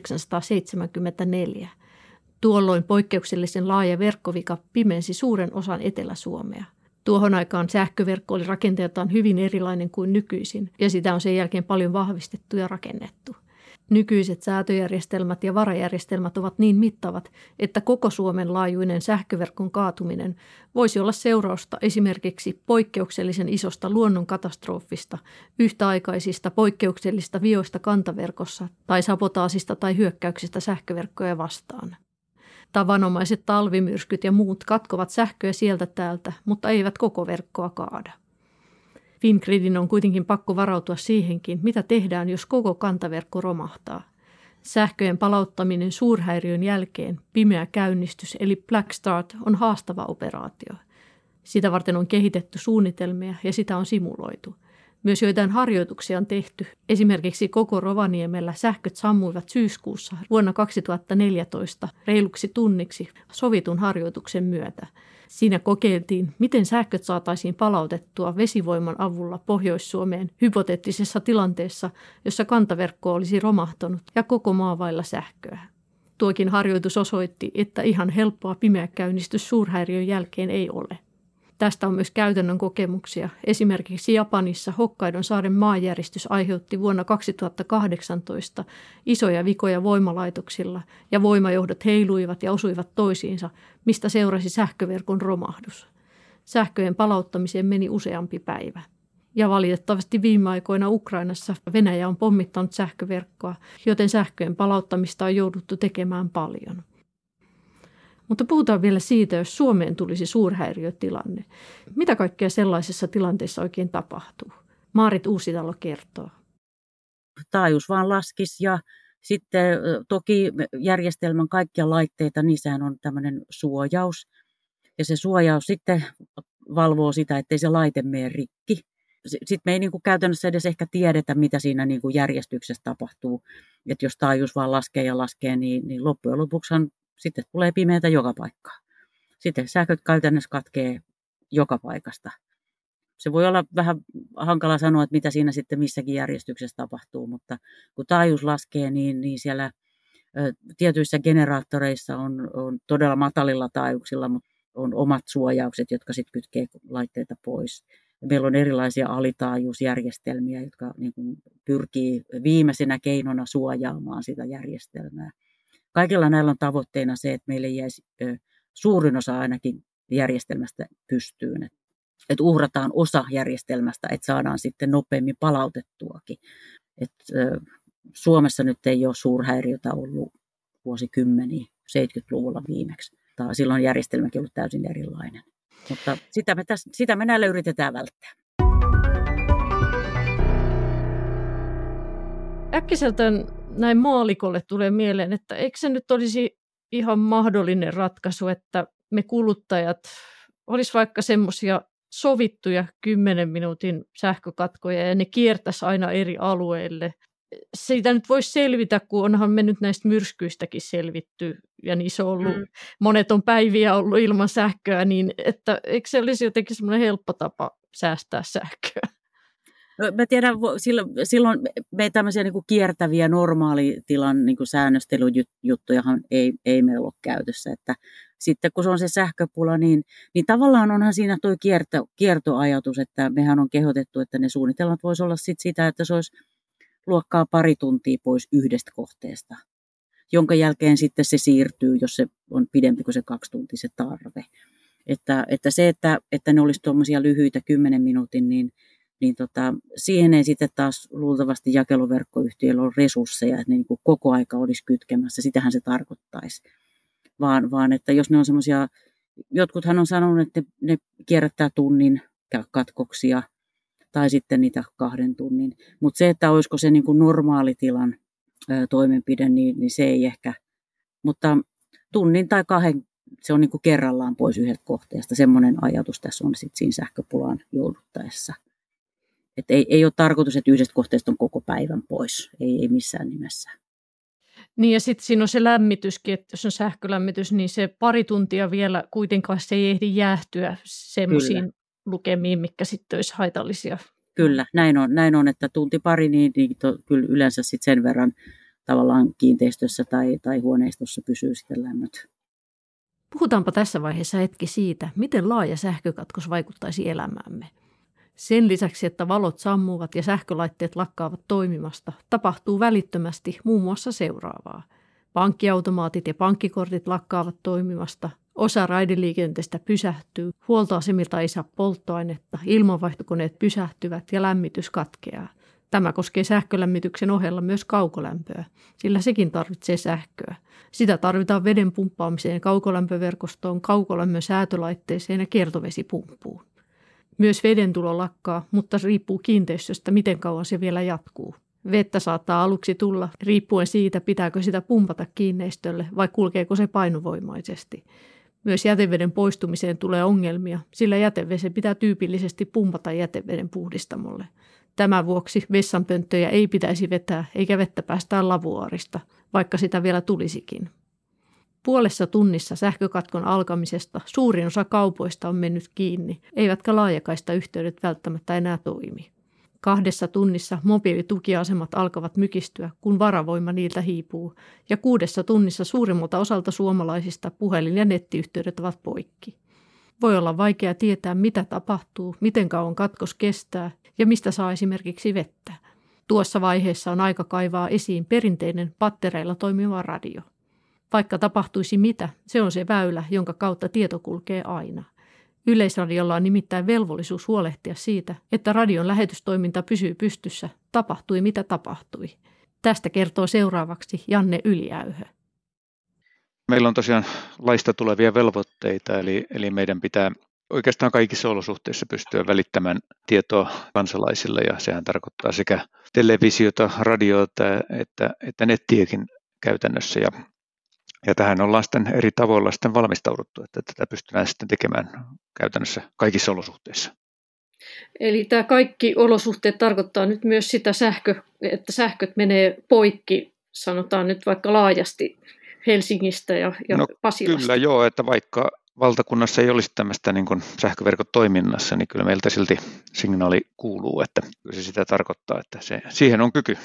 tuhatyhdeksänsataaseitsemänkymmentäneljä. Tuolloin poikkeuksellisen laaja verkkovika pimensi suuren osan Etelä-Suomea. Tuohon aikaan sähköverkko oli rakenteeltaan hyvin erilainen kuin nykyisin, ja sitä on sen jälkeen paljon vahvistettu ja rakennettu. Nykyiset säätöjärjestelmät ja varajärjestelmät ovat niin mittavat, että koko Suomen laajuinen sähköverkon kaatuminen voisi olla seurausta esimerkiksi poikkeuksellisen isosta luonnonkatastrofista, yhtäaikaisista poikkeuksellista vioista kantaverkossa tai sabotaasista tai hyökkäyksistä sähköverkkoja vastaan. Tavanomaiset talvimyrskyt ja muut katkovat sähköä sieltä täältä, mutta eivät koko verkkoa kaada. Fingridin on kuitenkin pakko varautua siihenkin, mitä tehdään, jos koko kantaverkko romahtaa. Sähköjen palauttaminen suurhäiriön jälkeen, pimeä käynnistys eli black start, on haastava operaatio. Sitä varten on kehitetty suunnitelmia ja sitä on simuloitu. Myös joitain harjoituksia on tehty. Esimerkiksi koko Rovaniemellä sähköt sammuivat syyskuussa vuonna kaksituhattaneljätoista reiluksi tunniksi sovitun harjoituksen myötä. Siinä kokeiltiin, miten sähköt saataisiin palautettua vesivoiman avulla Pohjois-Suomeen hypoteettisessa tilanteessa, jossa kantaverkko olisi romahtanut ja koko maa vailla sähköä. Tuokin harjoitus osoitti, että ihan helppoa pimeä käynnistys suurhäiriön jälkeen ei ole. Tästä on myös käytännön kokemuksia. Esimerkiksi Japanissa Hokkaidon saaren maanjäristys aiheutti vuonna kaksituhattakahdeksantoista isoja vikoja voimalaitoksilla ja voimajohdot heiluivat ja osuivat toisiinsa, mistä seurasi sähköverkon romahdus. Sähköjen palauttamiseen meni useampi päivä. Ja valitettavasti viime aikoina Ukrainassa Venäjä on pommittanut sähköverkkoa, joten sähköjen palauttamista on jouduttu tekemään paljon. Mutta puhutaan vielä siitä, jos Suomeen tulisi suurhäiriötilanne. Mitä kaikkea sellaisessa tilanteessa oikein tapahtuu? Maarit Uusitalo kertoo. Taajuus vaan laskisi ja sitten toki järjestelmän kaikkia laitteita, niissähän on tämmöinen suojaus. Ja se suojaus sitten valvoo sitä, ettei se laite mene rikki. Sitten me ei niin kuin käytännössä edes ehkä tiedetä, mitä siinä niin kuin järjestyksessä tapahtuu. Että jos taajuus vaan laskee ja laskee, niin, niin loppujen lopuksihan sitten tulee pimeätä joka paikkaan. Sitten sähköt käytännössä katkee joka paikasta. Se voi olla vähän hankala sanoa, että mitä siinä sitten missäkin järjestyksessä tapahtuu, mutta kun taajuus laskee, niin, niin siellä ö, tietyissä generaattoreissa on, on todella matalilla taajuuksilla, mutta on omat suojaukset, jotka sitten kytkee laitteita pois. Ja meillä on erilaisia alitaajuusjärjestelmiä, jotka niin kuin pyrkii viimeisenä keinona suojaamaan sitä järjestelmää. Kaikilla näillä on tavoitteena se, että meille jäisi ö, suurin osa ainakin järjestelmästä pystyyn. Että et uhrataan osa järjestelmästä, että saadaan sitten nopeammin palautettuakin. Et, ö, Suomessa nyt ei ole suurhäiriötä ollut vuosikymmeniä, seitsemänkymmentäluvulla viimeksi. Tai silloin järjestelmäkin on ollut täysin erilainen. Mutta sitä me, täs, sitä me näillä yritetään välttää. Äkkiseltään näin maalikolle tulee mieleen, että eikö se nyt olisi ihan mahdollinen ratkaisu, että me kuluttajat olisi vaikka semmoisia sovittuja kymmenen minuutin sähkökatkoja ja ne kiertäisi aina eri alueille. Siitä nyt voisi selvitä, kun onhan me nyt näistä myrskyistäkin selvitty ja niissä on ollut, mm. monet on päiviä ollut ilman sähköä, niin että eikö se olisi jotenkin semmoinen helppo tapa säästää sähköä? No, mä tiedän, silloin, silloin me tämmöisiä niin kuin kiertäviä normaalitilan niin kuin säännöstelyjuttujahan ei, ei meillä ole käytössä. Että sitten kun se on se sähköpula, niin, niin tavallaan onhan siinä tuo kierto, kiertoajatus, että mehän on kehotettu, että ne suunnitelmat voisi olla sit sitä, että se olisi luokkaa pari tuntia pois yhdestä kohteesta, jonka jälkeen sitten se siirtyy, jos se on pidempi kuin se kaksi tuntia se tarve. Että, että se, että, että ne olisi tuommoisia lyhyitä kymmenen minuutin, niin niin tota, siihen ei sitten taas luultavasti jakeluverkkoyhtiöillä ole resursseja, että ne niin kuin koko aika olisi kytkemässä. Sitähän se tarkoittaisi. Vaan, vaan että jos ne on semmoisia, jotkuthan on sanonut, että ne, ne kierrättää tunnin katkoksia tai sitten niitä kahden tunnin. Mutta se, että olisiko se niin kuin normaalitilan ä, toimenpide, niin, niin se ei ehkä. Mutta tunnin tai kahden, se on niin kuin kerrallaan pois yhdestä kohteesta. Semmoinen ajatus tässä on sitten siinä sähköpulaan jouduttaessa. Että ei, ei ole tarkoitus, että yhdestä kohteesta on koko päivän pois. Ei, ei missään nimessä. Niin ja sitten siinä on se lämmityskin, että jos on sähkölämmitys, niin se pari tuntia vielä kuitenkaan se ei ehdi jäähtyä semmoisiin lukemiin, mitkä sitten olisi haitallisia. Kyllä, näin on, näin on että tunti pari, niin, niin to, kyllä yleensä sit sen verran tavallaan kiinteistössä tai, tai huoneistossa pysyy sitten lämmöt. Puhutaanpa tässä vaiheessa hetki siitä, miten laaja sähkökatkos vaikuttaisi elämäämme. Sen lisäksi, että valot sammuvat ja sähkölaitteet lakkaavat toimimasta, tapahtuu välittömästi muun muassa seuraavaa. Pankkiautomaatit ja pankkikortit lakkaavat toimimasta, osa raideliikenteestä pysähtyy, huoltoasemilta ei saa polttoainetta, ilmanvaihtokoneet pysähtyvät ja lämmitys katkeaa. Tämä koskee sähkölämmityksen ohella myös kaukolämpöä, sillä sekin tarvitsee sähköä. Sitä tarvitaan veden pumppaamiseen kaukolämpöverkostoon, kaukolämmön säätölaitteeseen ja kiertovesipumppuun. Myös veden tulo lakkaa, mutta riippuu kiinteistöstä, miten kauan se vielä jatkuu. Vettä saattaa aluksi tulla, riippuen siitä, pitääkö sitä pumpata kiinteistölle vai kulkeeko se painovoimaisesti. Myös jäteveden poistumiseen tulee ongelmia, sillä jätevesi pitää tyypillisesti pumpata jäteveden puhdistamolle. Tämän vuoksi vessanpönttöjä ei pitäisi vetää eikä vettä päästää lavuaarista, vaikka sitä vielä tulisikin. Puolessa tunnissa sähkökatkon alkamisesta suurin osa kaupoista on mennyt kiinni, eivätkä laajakaista yhteydet välttämättä enää toimi. Kahdessa tunnissa mobiilitukiasemat alkavat mykistyä, kun varavoima niiltä hiipuu, ja kuudessa tunnissa suurimmalta osalta suomalaisista puhelin- ja nettiyhteydet ovat poikki. Voi olla vaikea tietää, mitä tapahtuu, miten kauan katkos kestää ja mistä saa esimerkiksi vettä. Tuossa vaiheessa on aika kaivaa esiin perinteinen pattereilla toimiva radio. Vaikka tapahtuisi mitä, se on se väylä, jonka kautta tieto kulkee aina. Yleisradiolla on nimittäin velvollisuus huolehtia siitä, että radion lähetystoiminta pysyy pystyssä, tapahtui mitä tapahtui. Tästä kertoo seuraavaksi Janne Yliäyhö. Meillä on tosiaan laista tulevia velvoitteita, eli, eli meidän pitää oikeastaan kaikissa olosuhteissa pystyä välittämään tietoa kansalaisille, ja sehän tarkoittaa sekä televisiota, radiota että, että nettiäkin käytännössä. Ja, ja tähän ollaan sitten eri tavoilla sitten valmistauduttu, että tätä pystytään sitten tekemään käytännössä kaikissa olosuhteissa. Eli tämä kaikki olosuhteet tarkoittaa nyt myös sitä, sähkö, että sähköt menee poikki, sanotaan nyt vaikka laajasti Helsingistä ja, ja no, Pasilasta. Kyllä joo, että vaikka valtakunnassa ei olisi tämmöistä niin kuin sähköverkot toiminnassa, niin kyllä meiltä silti signaali kuuluu, että kyllä se sitä tarkoittaa, että se, siihen on kyky.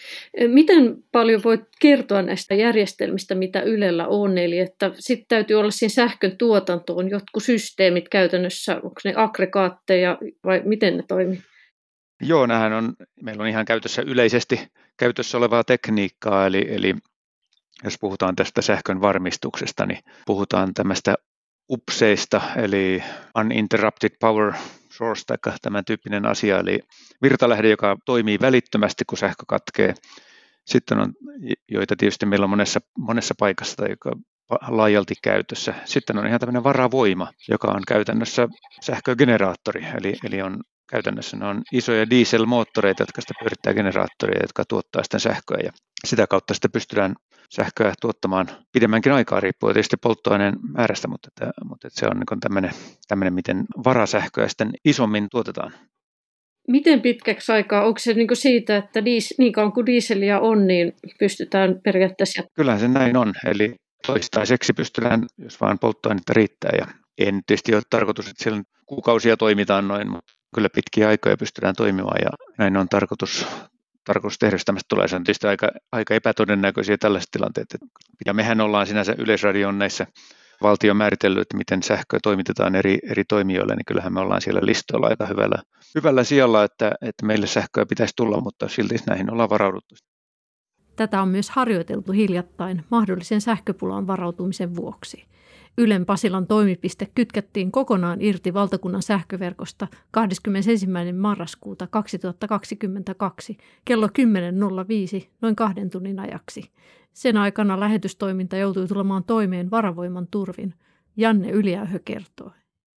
Miten paljon voit kertoa näistä järjestelmistä, mitä Ylellä on? Eli että sitten täytyy olla siinä sähkön tuotantoon jotkut systeemit käytännössä, onko ne aggregaatteja vai miten ne toimii? Joo, nämähän on, meillä on ihan käytössä yleisesti käytössä olevaa tekniikkaa, eli, eli jos puhutaan tästä sähkön varmistuksesta, niin puhutaan tämmöistä U P S:ista, eli Uninterrupted Power Source, tai tämän tyyppinen asia, eli virtalähde, joka toimii välittömästi, kun sähkö katkee. Sitten on, joita tietysti meillä on monessa, monessa paikassa tai joka laajalti käytössä. Sitten on ihan tämmöinen varavoima, joka on käytännössä sähkögeneraattori, eli, eli on käytännössä ne on isoja dieselmoottoreita, jotka sitä pyörittää generaattoria, jotka tuottaa sitten sähköä, ja sitä kautta sitten pystytään sähköä tuottamaan pidemmänkin aikaa, riippuen tietysti polttoaineen määrästä, mutta, että, mutta että se on niin tämmöinen, tämmöinen, miten varasähköä sitten isommin tuotetaan. Miten pitkäksi aikaa? Onko se niin kuin siitä, että diis, niin kauan kuin dieseliä on, niin pystytään periaatteessa? Kyllähän se näin on, eli toistaiseksi pystytään, jos vaan polttoainetta riittää, ja ei nyt tietysti ole tarkoitus, että siellä kuukausia toimitaan noin, mutta kyllä pitkiä aikoja pystytään toimimaan, ja näin on tarkoitus, tarkoitus tehdä, jos tämmöistä tulee. Se on tietysti aika, aika epätodennäköisiä tällaiset tilanteet. Ja mehän ollaan sinänsä Yleisradion näissä valtion määritellyt, että miten sähköä toimitetaan eri, eri toimijoille, niin kyllähän me ollaan siellä listoilla aika hyvällä, hyvällä sijalla, että, että meille sähköä pitäisi tulla, mutta silti näihin ollaan varauduttu. Tätä on myös harjoiteltu hiljattain mahdollisen sähköpulaan varautumisen vuoksi. Ylen Pasilan toimipiste kytkettiin kokonaan irti valtakunnan sähköverkosta kahdeskymmenesensimmäinen marraskuuta kaksituhattakaksikymmentäkaksi kello kymmenen nolla viisi noin kahden tunnin ajaksi. Sen aikana lähetystoiminta joutui tulemaan toimeen varavoiman turvin. Janne Yliäyhö kertoo.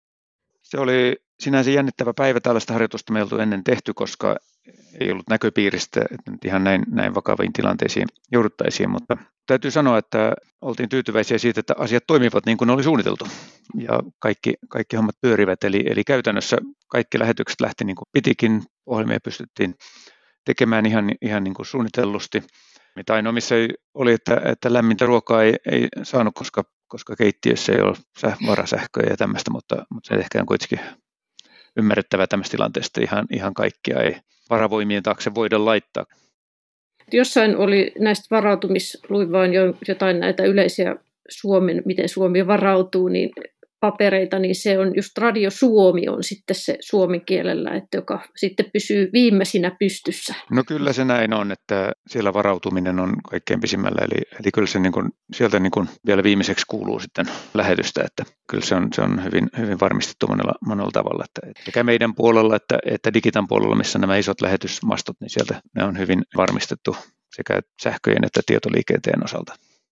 Se oli sinänsä jännittävä päivä. Tällaista harjoitusta me ei oltu ennen tehty, koska ei ollut näköpiiristä, että nyt ihan näin, näin vakaviin tilanteisiin jouduttaisiin, mutta täytyy sanoa, että oltiin tyytyväisiä siitä, että asiat toimivat niin kuin oli suunniteltu ja kaikki, kaikki hommat pyörivät, eli, eli käytännössä kaikki lähetykset lähti niin kuin pitikin, ohjelmia pystyttiin tekemään ihan, ihan niin kuin suunnitellusti. Mitä ainoa missä oli, että, että lämmintä ruokaa ei, ei saanut, koska, koska keittiössä ei ole varasähköä ja tämmöistä, mutta, mutta se ehkä on kuitenkin ymmärrettävää tämmöistä tilanteesta, ihan, ihan kaikkia ei varavoimien taakse voida laittaa. Jossain oli näistä varautumisluin vain jotain näitä yleisiä Suomen, miten Suomi varautuu, niin papereita, niin se on just Radio Suomi on sitten se suomen kielellä, että joka sitten pysyy viimeisinä pystyssä. No kyllä se näin on, että siellä varautuminen on kaikkein pisimmällä, eli, eli kyllä se niin kuin, sieltä niin kuin vielä viimeiseksi kuuluu sitten lähetystä, että kyllä se on, se on hyvin, hyvin varmistettu monella, monella tavalla, että sekä meidän puolella että, että Digitan puolella, missä nämä isot lähetysmastot, niin sieltä ne on hyvin varmistettu sekä sähköjen että tietoliikenteen osalta.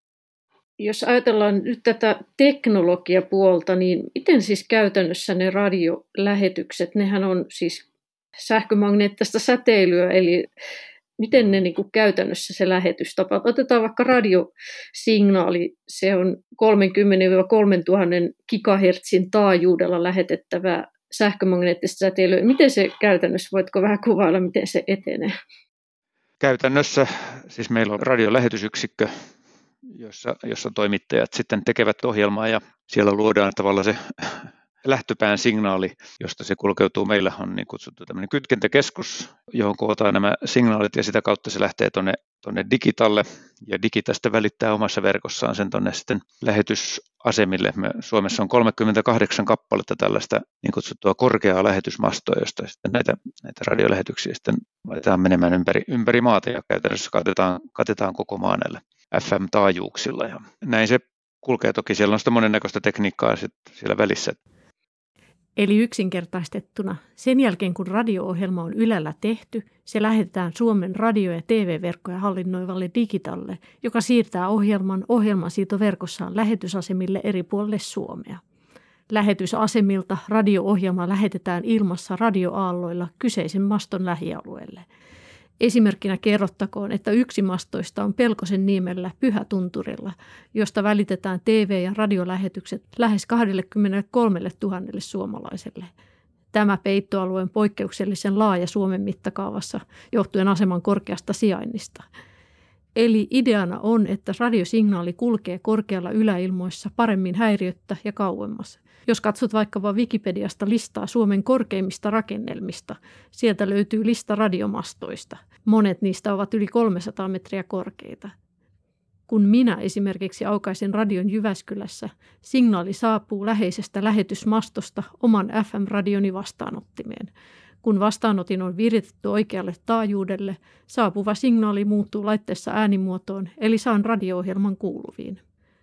Jos ajatellaan nyt tätä teknologiapuolta, niin miten siis käytännössä ne radiolähetykset, nehän on siis sähkömagneettista säteilyä, eli miten ne niin kuin käytännössä se lähetys tapahtuu? Otetaan vaikka radiosignaali, se on kolmekymmentä kolmetuhatta gigahertsin taajuudella lähetettävää sähkömagneettista säteilyä. Miten se käytännössä, voitko vähän kuvailla, miten se etenee? Käytännössä siis meillä on radiolähetysyksikkö, jossa, jossa toimittajat sitten tekevät ohjelmaa ja siellä luodaan tavallaan se lähtöpään signaali, josta se kulkeutuu. Meillä on niin kutsuttu tämmöinen kytkentäkeskus, johon kootaan nämä signaalit ja sitä kautta se lähtee tuonne, tuonne Digitalle ja Digitasta välittää omassa verkossaan sen tuonne sitten lähetysasemille. Me Suomessa on kolmekymmentäkahdeksan kappaletta tällaista niin kutsuttua korkeaa lähetysmastoa, josta sitten näitä, näitä radiolähetyksiä sitten laitetaan menemään ympäri, ympäri maata ja käytännössä katetaan, katetaan koko maa näillä F M-taajuuksilla. Ja näin se kulkee toki. Siellä on sitä monennäköistä tekniikkaa siellä välissä. Eli yksinkertaistettuna, sen jälkeen kun radio-ohjelma on Ylellä tehty, se lähetetään Suomen radio- ja T V-verkkoja hallinnoivalle Digitalle, joka siirtää ohjelman ohjelmansiirtoverkossaan lähetysasemille eri puolille Suomea. Lähetysasemilta radio-ohjelma lähetetään ilmassa radioaalloilla kyseisen maston lähialueelle. Esimerkkinä kerrottakoon, että yksi mastoista on Pelkosen niemellä Pyhätunturilla, josta välitetään T V- ja radiolähetykset lähes kaksikymmentäkolmetuhatta suomalaiselle. Tämä peittoalue on poikkeuksellisen laaja Suomen mittakaavassa johtuen aseman korkeasta sijainnista. Eli ideana on, että radiosignaali kulkee korkealla yläilmoissa paremmin häiriöttä ja kauemmas. Jos katsot vaikkapa Wikipediasta listaa Suomen korkeimmista rakennelmista, sieltä löytyy lista radiomastoista. Monet niistä ovat yli kolmesataa metriä korkeita. Kun minä esimerkiksi aukaisen radion Jyväskylässä, signaali saapuu läheisestä lähetysmastosta oman F M-radioni vastaanottimeen. Kun vastaanotin on viritetty oikealle taajuudelle, saapuva signaali muuttuu laitteessa äänimuotoon, eli saan radio-ohjelman kuuluviin.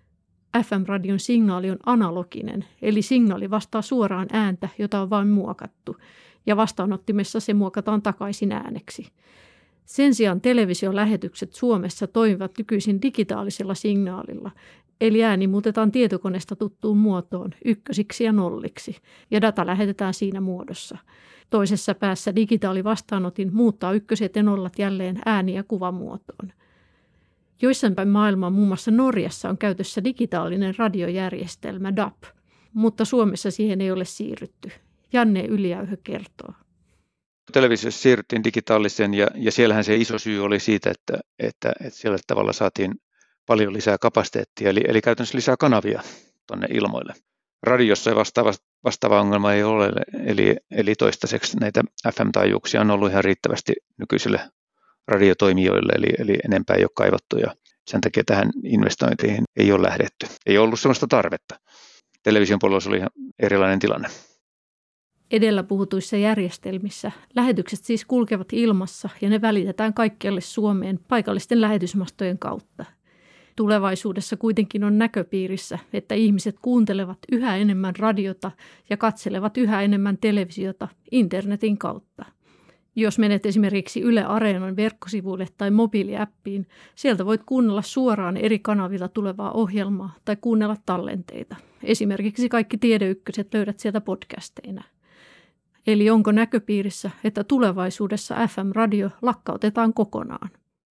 F M-radion signaali on analoginen, eli signaali vastaa suoraan ääntä, jota on vain muokattu, ja vastaanottimessa se muokataan takaisin ääneksi. Sen sijaan televisiolähetykset Suomessa toimivat nykyisin digitaalisella signaalilla, eli ääni muutetaan tietokoneesta tuttuun muotoon ykkösiksi ja nolliksi, ja data lähetetään siinä muodossa. Toisessa päässä digitaalivastaanotin muuttaa ykköset ja nollat jälleen ääni- ja kuvamuotoon. Joissain päin maailmaa, muun muassa Norjassa, on käytössä digitaalinen radiojärjestelmä D A B, mutta Suomessa siihen ei ole siirrytty. Janne Ylijäyhö kertoo. Televisiossa siirryttiin digitaaliseen ja, ja siellähän se iso syy oli siitä, että, että, että siellä tavalla saatiin paljon lisää kapasiteettia, eli, eli käytännössä lisää kanavia tuonne ilmoille. Radiossa ei vastaava, vastaava ongelma ei ole, eli, eli toistaiseksi näitä F M-taajuuksia on ollut ihan riittävästi nykyisille radiotoimijoille, eli, eli enempää ei ole kaivattu ja sen takia tähän investointiin ei ole lähdetty. Ei ollut sellaista tarvetta. Television puolella oli ihan erilainen tilanne. Edellä puhutuissa järjestelmissä lähetykset siis kulkevat ilmassa ja ne välitetään kaikkialle Suomeen paikallisten lähetysmastojen kautta. Tulevaisuudessa kuitenkin on näköpiirissä, että ihmiset kuuntelevat yhä enemmän radiota ja katselevat yhä enemmän televisiota internetin kautta. Jos menet esimerkiksi Yle Areenan verkkosivuille tai mobiiliäppiin, sieltä voit kuunnella suoraan eri kanavilta tulevaa ohjelmaa tai kuunnella tallenteita. Esimerkiksi kaikki Tiedeykköset löydät sieltä podcasteina. Eli onko näköpiirissä, että tulevaisuudessa F M-radio lakkautetaan kokonaan?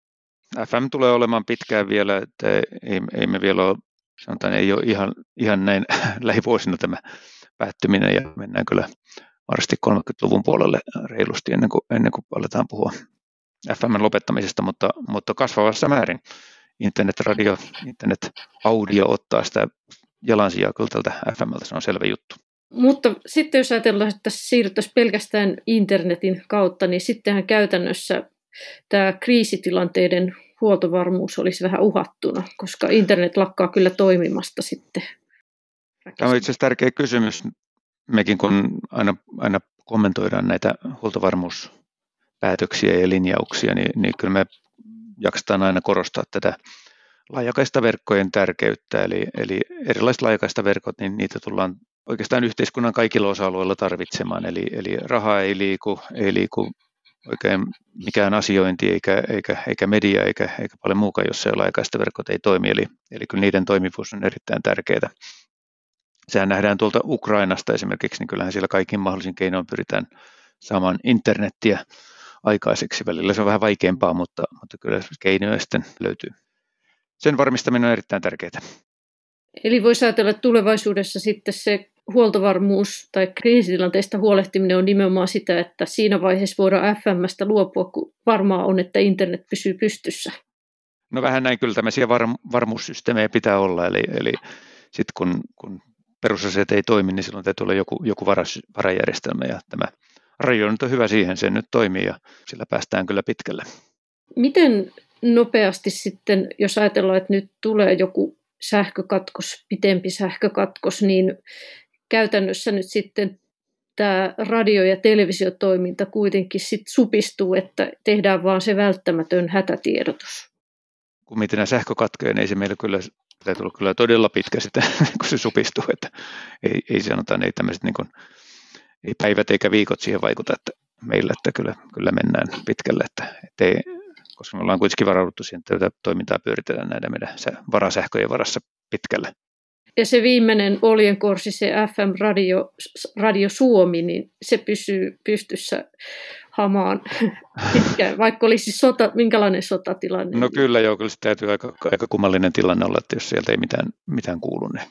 F M tulee olemaan pitkään vielä, että ei, ei me vielä ole, sanotaan, ei ole ihan, ihan näin lähivuosina tämä päättyminen ja mennään kyllä varmasti kolmekymmentäluvun puolelle reilusti ennen kuin, ennen kuin aletaan puhua F M:n lopettamisesta, mutta, mutta kasvavassa määrin internetradio, internet-audio ottaa sitä jalansijaa kyllä tältä F M:ltä, se on selvä juttu. Mutta sitten jos ajatellaan, että siirryttäisiin pelkästään internetin kautta, niin sittenhän käytännössä tämä kriisitilanteiden huoltovarmuus olisi vähän uhattuna, koska internet lakkaa kyllä toimimasta sitten. Tämä on itse asiassa tärkeä kysymys. Mekin kun aina, aina kommentoidaan näitä huoltovarmuuspäätöksiä ja linjauksia, niin, niin kyllä me jaksetaan aina korostaa tätä laajakaistaverkkojen tärkeyttä. Eli, eli erilaiset laajakaistaverkot, niin niitä tullaan oikeastaan yhteiskunnan kaikilla osa-alueilla tarvitsemaan. Eli, eli raha ei liiku, ei liiku oikein mikään asiointi eikä, eikä, eikä media eikä, eikä paljon muukaan, jos se laajakaistaverkot ei toimi. Eli, eli kyllä niiden toimivuus on erittäin tärkeää. Sehän nähdään tuolta Ukrainasta esimerkiksi, niin kyllähän siellä kaikin mahdollisin keinoin pyritään saamaan internettiä aikaiseksi. Välillä se on vähän vaikeampaa, mutta, mutta kyllä keinoja sitten löytyy. Sen varmistaminen on erittäin tärkeää. Eli voisi ajatella, että tulevaisuudessa sitten se huoltovarmuus tai kriisitilanteesta huolehtiminen on nimenomaan sitä, että siinä vaiheessa voidaan F M:stä luopua, kun varmaa on, että internet pysyy pystyssä. No vähän näin kyllä tämmöisiä var- varmuussysteemejä pitää olla, eli, eli sitten kun, kun perusasiat ei toimi, niin silloin täytyy olla joku, joku varas, varajärjestelmä ja tämä radio nyt on hyvä siihen, se nyt toimii ja sillä päästään kyllä pitkälle. Miten nopeasti sitten, jos ajatellaan, että nyt tulee joku sähkökatkos, pitempi sähkökatkos, niin käytännössä nyt sitten tämä radio- ja televisiotoiminta kuitenkin sit supistuu, että tehdään vaan se välttämätön hätätiedotus. Kun miten nämä sähkökatkoja, niin ei se meillä kyllä, pitää tulla kyllä todella pitkä sitä, kun se supistuu, että ei, ei sanotaan, ei tämmöiset niin kuin ei päivät eikä viikot siihen vaikuta, että meillä, että kyllä, kyllä mennään pitkälle, että, ettei, koska me ollaan kuitenkin varauduttu siihen, että tätä toimintaa pyöritetään näiden meidän varasähköjen varassa pitkälle. Ja se viimeinen oljenkorsi, se F M-radio Radio Suomi, niin se pysyy pystyssä hamaan pitkään, vaikka olisi sota, minkälainen sotatilanne? No kyllä joo, kyllä se täytyy aika, aika kummallinen tilanne olla, että jos sieltä ei mitään, mitään kuulu. Niin.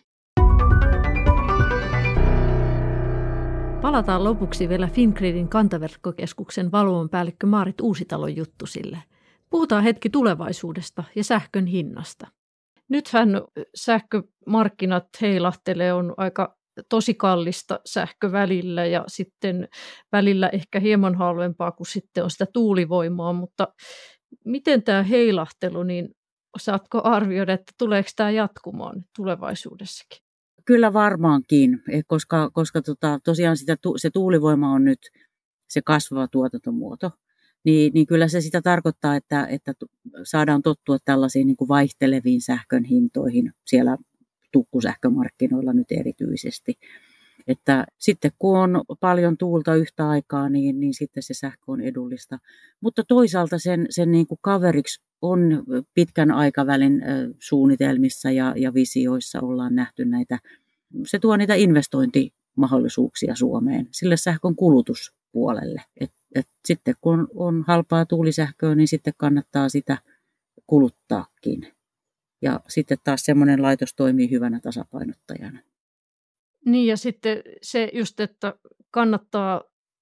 Palataan lopuksi vielä Fingridin kantaverkkokeskuksen valvonpäällikkö Maarit Uusitalon juttusille. Puhutaan hetki tulevaisuudesta ja sähkön hinnasta. Nythän sähkömarkkinat heilahtelee, on aika tosi kallista sähkö välillä ja sitten välillä ehkä hieman halvempaa, kun sitten on sitä tuulivoimaa, mutta miten tämä heilahtelu, niin osaatko arvioida, että tuleeko tämä jatkumaan tulevaisuudessakin? Kyllä varmaankin, koska, koska tota, tosiaan sitä, se tuulivoima on nyt se kasvava tuotantomuoto. Niin, niin kyllä se sitä tarkoittaa, että, että saadaan tottua tällaisiin niin kuin vaihteleviin sähkön hintoihin siellä tukkusähkömarkkinoilla nyt erityisesti. Että sitten kun on paljon tuulta yhtä aikaa, niin, niin sitten se sähkö on edullista. Mutta toisaalta sen, sen niin kuin coveriksi on pitkän aikavälin suunnitelmissa ja, ja visioissa ollaan nähty näitä, se tuo niitä investointimahdollisuuksia Suomeen sille sähkön kulutuspuolelle. Et, et sitten kun on halpaa tuulisähköä, niin sitten kannattaa sitä kuluttaakin. Ja sitten taas semmoinen laitos toimii hyvänä tasapainottajana. Niin ja sitten se just, että kannattaa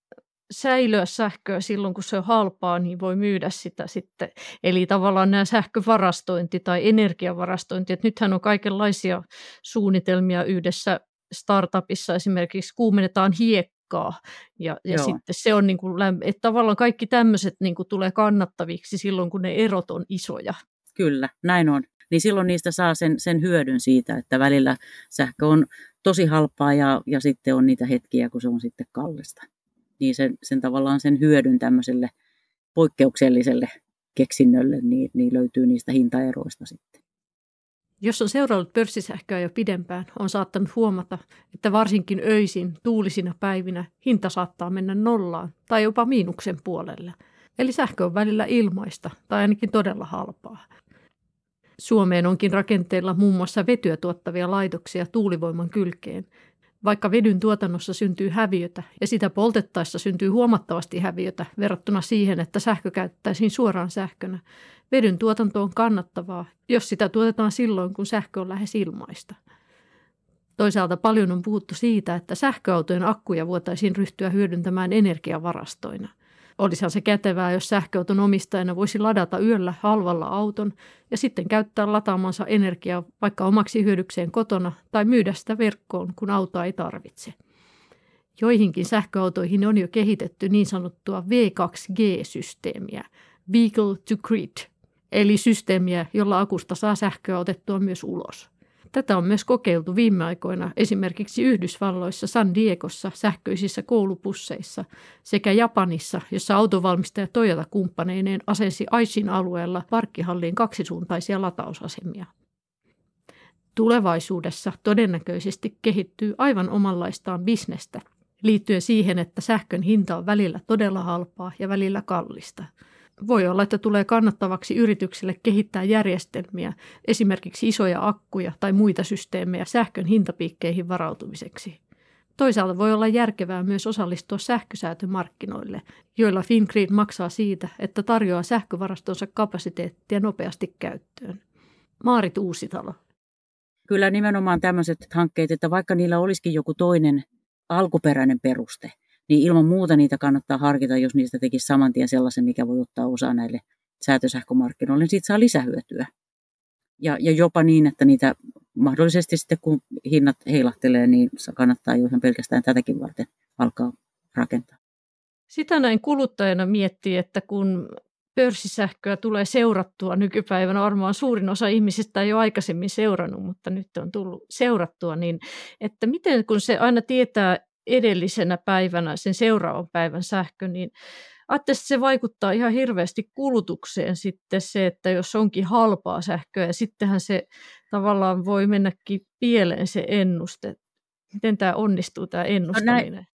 säilöä sähköä silloin, kun se on halpaa, niin voi myydä sitä sitten. Eli tavallaan nämä sähkövarastointi tai energiavarastointi, että nythän on kaikenlaisia suunnitelmia yhdessä startupissa, esimerkiksi kuumennetaan hiekkaa ja, ja sitten se on niin kuin, että tavallaan kaikki tämmöiset niin kuin tulee kannattaviksi silloin, kun ne erot on isoja. Kyllä, näin on. Niin silloin niistä saa sen, sen hyödyn siitä, että välillä sähkö on tosi halpaa ja, ja sitten on niitä hetkiä, kun se on sitten kallista. Niin sen, sen tavallaan sen hyödyn tämmöiselle poikkeukselliselle keksinnölle niin, niin löytyy niistä hintaeroista sitten. Jos on seurannut pörssisähköä jo pidempään, on saattanut huomata, että varsinkin öisin tuulisina päivinä hinta saattaa mennä nollaan tai jopa miinuksen puolelle. Eli sähkö on välillä ilmaista tai ainakin todella halpaa. Suomeen onkin rakenteilla muun muassa vetyä tuottavia laitoksia tuulivoiman kylkeen. Vaikka vedyn tuotannossa syntyy häviötä ja sitä poltettaessa syntyy huomattavasti häviötä verrattuna siihen, että sähkö käyttäisiin suoraan sähkönä, vedyn tuotanto on kannattavaa, jos sitä tuotetaan silloin, kun sähkö on lähes ilmaista. Toisaalta paljon on puhuttu siitä, että sähköautojen akkuja voitaisiin ryhtyä hyödyntämään energiavarastoina. Olisihan se kätevää, jos sähköauton omistajana voisi ladata yöllä halvalla auton ja sitten käyttää lataamansa energiaa vaikka omaksi hyödykseen kotona tai myydä sitä verkkoon, kun autoa ei tarvitse. Joihinkin sähköautoihin on jo kehitetty niin sanottua V kaksi G-systeemiä, Vehicle to Grid, eli systeemiä, jolla akusta saa sähköä otettua myös ulos. Tätä on myös kokeiltu viime aikoina esimerkiksi Yhdysvalloissa, San Diegossa, sähköisissä koulupusseissa sekä Japanissa, jossa autovalmistaja Toyota kumppaneineen asensi Aishin alueella parkkihalliin kaksisuuntaisia latausasemia. Tulevaisuudessa todennäköisesti kehittyy aivan omanlaistaan bisnestä liittyen siihen, että sähkön hinta on välillä todella halpaa ja välillä kallista. Voi olla, että tulee kannattavaksi yrityksille kehittää järjestelmiä, esimerkiksi isoja akkuja tai muita systeemejä sähkön hintapiikkeihin varautumiseksi. Toisaalta voi olla järkevää myös osallistua sähkösäätömarkkinoille, joilla Fingrid maksaa siitä, että tarjoaa sähkövarastonsa kapasiteettia nopeasti käyttöön. Maarit Uusitalo. Kyllä nimenomaan tämmöiset hankkeet, että vaikka niillä olisikin joku toinen alkuperäinen peruste, niin ilman muuta niitä kannattaa harkita, jos niistä tekisi saman tien sellaisen, mikä voi ottaa osaa näille säätösähkömarkkinoille, niin siitä saa lisähyötyä. Ja, ja jopa niin, että niitä mahdollisesti sitten, kun hinnat heilahtelee, niin kannattaa jo ihan pelkästään tätäkin varten alkaa rakentaa. Sitä näin kuluttajana miettii, että kun pörssisähköä tulee seurattua nykypäivänä, varmaan suurin osa ihmisistä ei ole aikaisemmin seurannut, mutta nyt on tullut seurattua, niin että miten kun se aina tietää edellisenä päivänä sen seuraavan päivän sähkö, niin ajattelin, että se vaikuttaa ihan hirveästi kulutukseen sitten se, että jos onkin halpaa sähköä ja sittenhän se tavallaan voi mennäkin pieleen se ennuste. Miten tämä onnistuu, tämä ennustaminen? No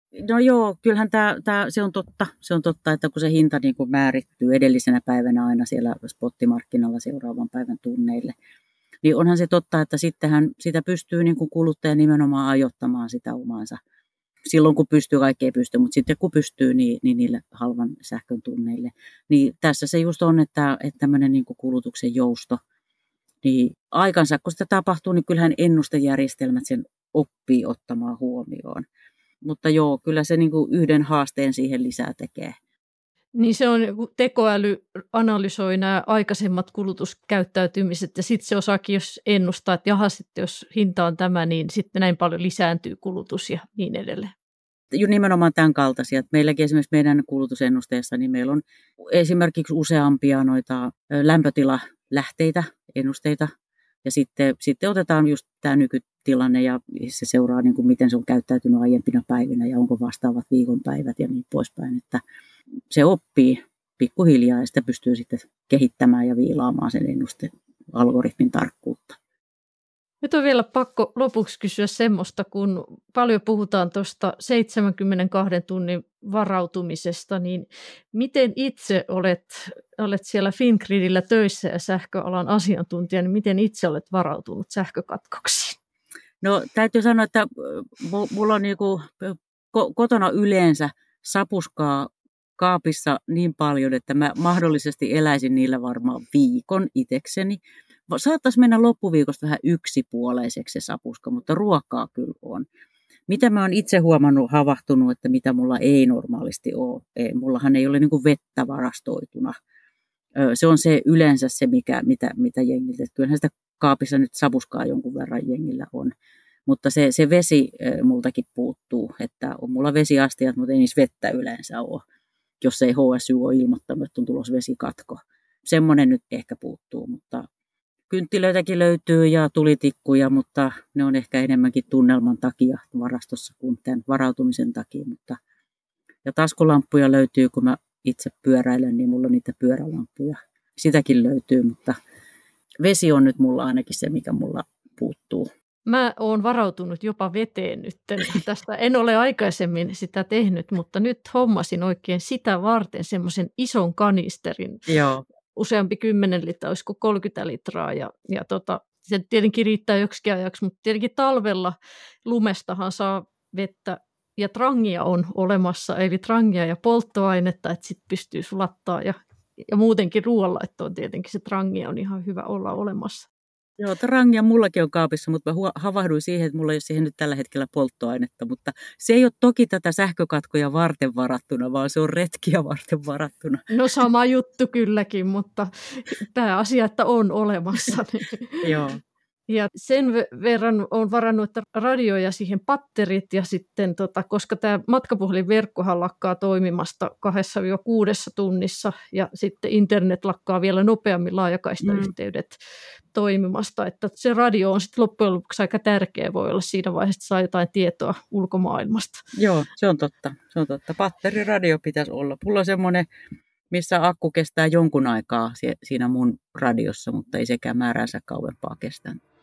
No joo, kyllähän tämä, tämä, se on totta. Se on totta, että kun se hinta niin kuin määrittyy edellisenä päivänä aina siellä spottimarkkinalla seuraavan päivän tunneille, niin onhan se totta, että sittenhän sitä pystyy niin kuin kuluttaja nimenomaan ajoittamaan sitä omaansa. Silloin kun pystyy, kaikki ei pysty, mutta sitten kun pystyy, niin, niin niille halvan sähkön tunneille. Niin tässä se just on, että, että tämmöinen niin kuin kulutuksen jousto, niin aikansa kun sitä tapahtuu, niin kyllähän ennustejärjestelmät sen oppii ottamaan huomioon. Mutta joo, kyllä se niin kuin yhden haasteen siihen lisää tekee. Niin se on, kun tekoäly analysoi nämä aikaisemmat kulutuskäyttäytymiset ja sitten se osaakin jos ennustaa, että jaha, sitten jos hinta on tämä, niin sitten näin paljon lisääntyy kulutus ja niin edelleen. Nimenomaan tämän kaltaisia. Meilläkin esimerkiksi meidän kulutusennusteessa, niin meillä on esimerkiksi useampia noita lämpötilalähteitä, ennusteita. Ja sitten, sitten otetaan just tämä nykytilanne ja se seuraa, niin kuin miten se on käyttäytynyt aiempina päivinä ja onko vastaavat viikonpäivät ja niin poispäin. Että se oppii pikkuhiljaa ja sitä pystyy sitten kehittämään ja viilaamaan sen ennustealgoritmin tarkkuutta. Nyt on vielä pakko lopuksi kysyä semmoista, kun paljon puhutaan tuosta seitsemänkymmentäkaksi tunnin varautumisesta, niin miten itse olet, olet siellä Fingridillä töissä ja sähköalan asiantuntija, niin miten itse olet varautunut sähkökatkoksiin? No täytyy sanoa, että mulla on niinku kotona yleensä sapuskaa kaapissa niin paljon, että mä mahdollisesti eläisin niillä varmaan viikon itsekseni. Saattaisi mennä loppuviikosta vähän yksipuoleiseksi se sapuska, mutta ruokaa kyllä on. Mitä mä oon itse huomannut, havahtunut, että mitä mulla ei normaalisti ole. Ei, mullahan ei ole niin kuin vettä varastoituna. Se on se yleensä se, mikä, mitä, mitä jengiltä. Kyllähän sitä kaapissa nyt sapuskaa jonkun verran jengillä on. Mutta se, se vesi multakin puuttuu. Että on mulla vesiastiat, mutta ei niissä vettä yleensä ole. Jos ei H S Y ole ilmoittanut, että on tulossa vesikatko. Semmoinen nyt ehkä puuttuu, mutta kynttilöitäkin löytyy ja tulitikkuja, mutta ne on ehkä enemmänkin tunnelman takia varastossa kuin tämän varautumisen takia. Mutta, ja taskulamppuja löytyy, kun mä itse pyöräilen, niin mulla on niitä pyörälamppuja. Sitäkin löytyy, mutta vesi on nyt mulla ainakin se, mikä mulla puuttuu. Mä oon varautunut jopa veteen nyt. Tästä en ole aikaisemmin sitä tehnyt, mutta nyt hommasin oikein sitä varten semmoisen ison kanisterin. Joo. Useampi kymmenen litraa, olisiko kolmekymmentä litraa. Ja, ja tota, se tietenkin riittää joksikin ajaksi, mutta tietenkin talvella lumestahan saa vettä ja trangia on olemassa, eli trangia ja polttoainetta, että sitten pystyy sulattaa ja, ja muutenkin ruoalla, että on tietenkin se trangia on ihan hyvä olla olemassa. Joo, trangia mullakin on kaapissa, mutta mä havahduin siihen, että mulla ei ole siihen nyt tällä hetkellä polttoainetta, mutta se ei ole toki tätä sähkökatkoja varten varattuna, vaan se on retkiä varten varattuna. No sama juttu kylläkin, mutta pääasia, että on olemassa. Joo. Ja sen verran olen varannut, että radio ja siihen patterit ja sitten, tota, koska tämä matkapuhelinverkkohan lakkaa toimimasta kahdesta kuuteen tunnissa ja sitten internet lakkaa vielä nopeammin laajakaistayhteydet mm. toimimasta, että se radio on sitten loppujen lopuksi aika tärkeä, voi olla siinä vaiheessa, että saa jotain tietoa ulkomaailmasta. Joo, se on totta. Se on totta. Patteriradio pitäisi olla. Mulla on semmoinen, missä akku kestää jonkun aikaa siinä mun radiossa, mutta ei sekään määräänsä kauempaa kestä.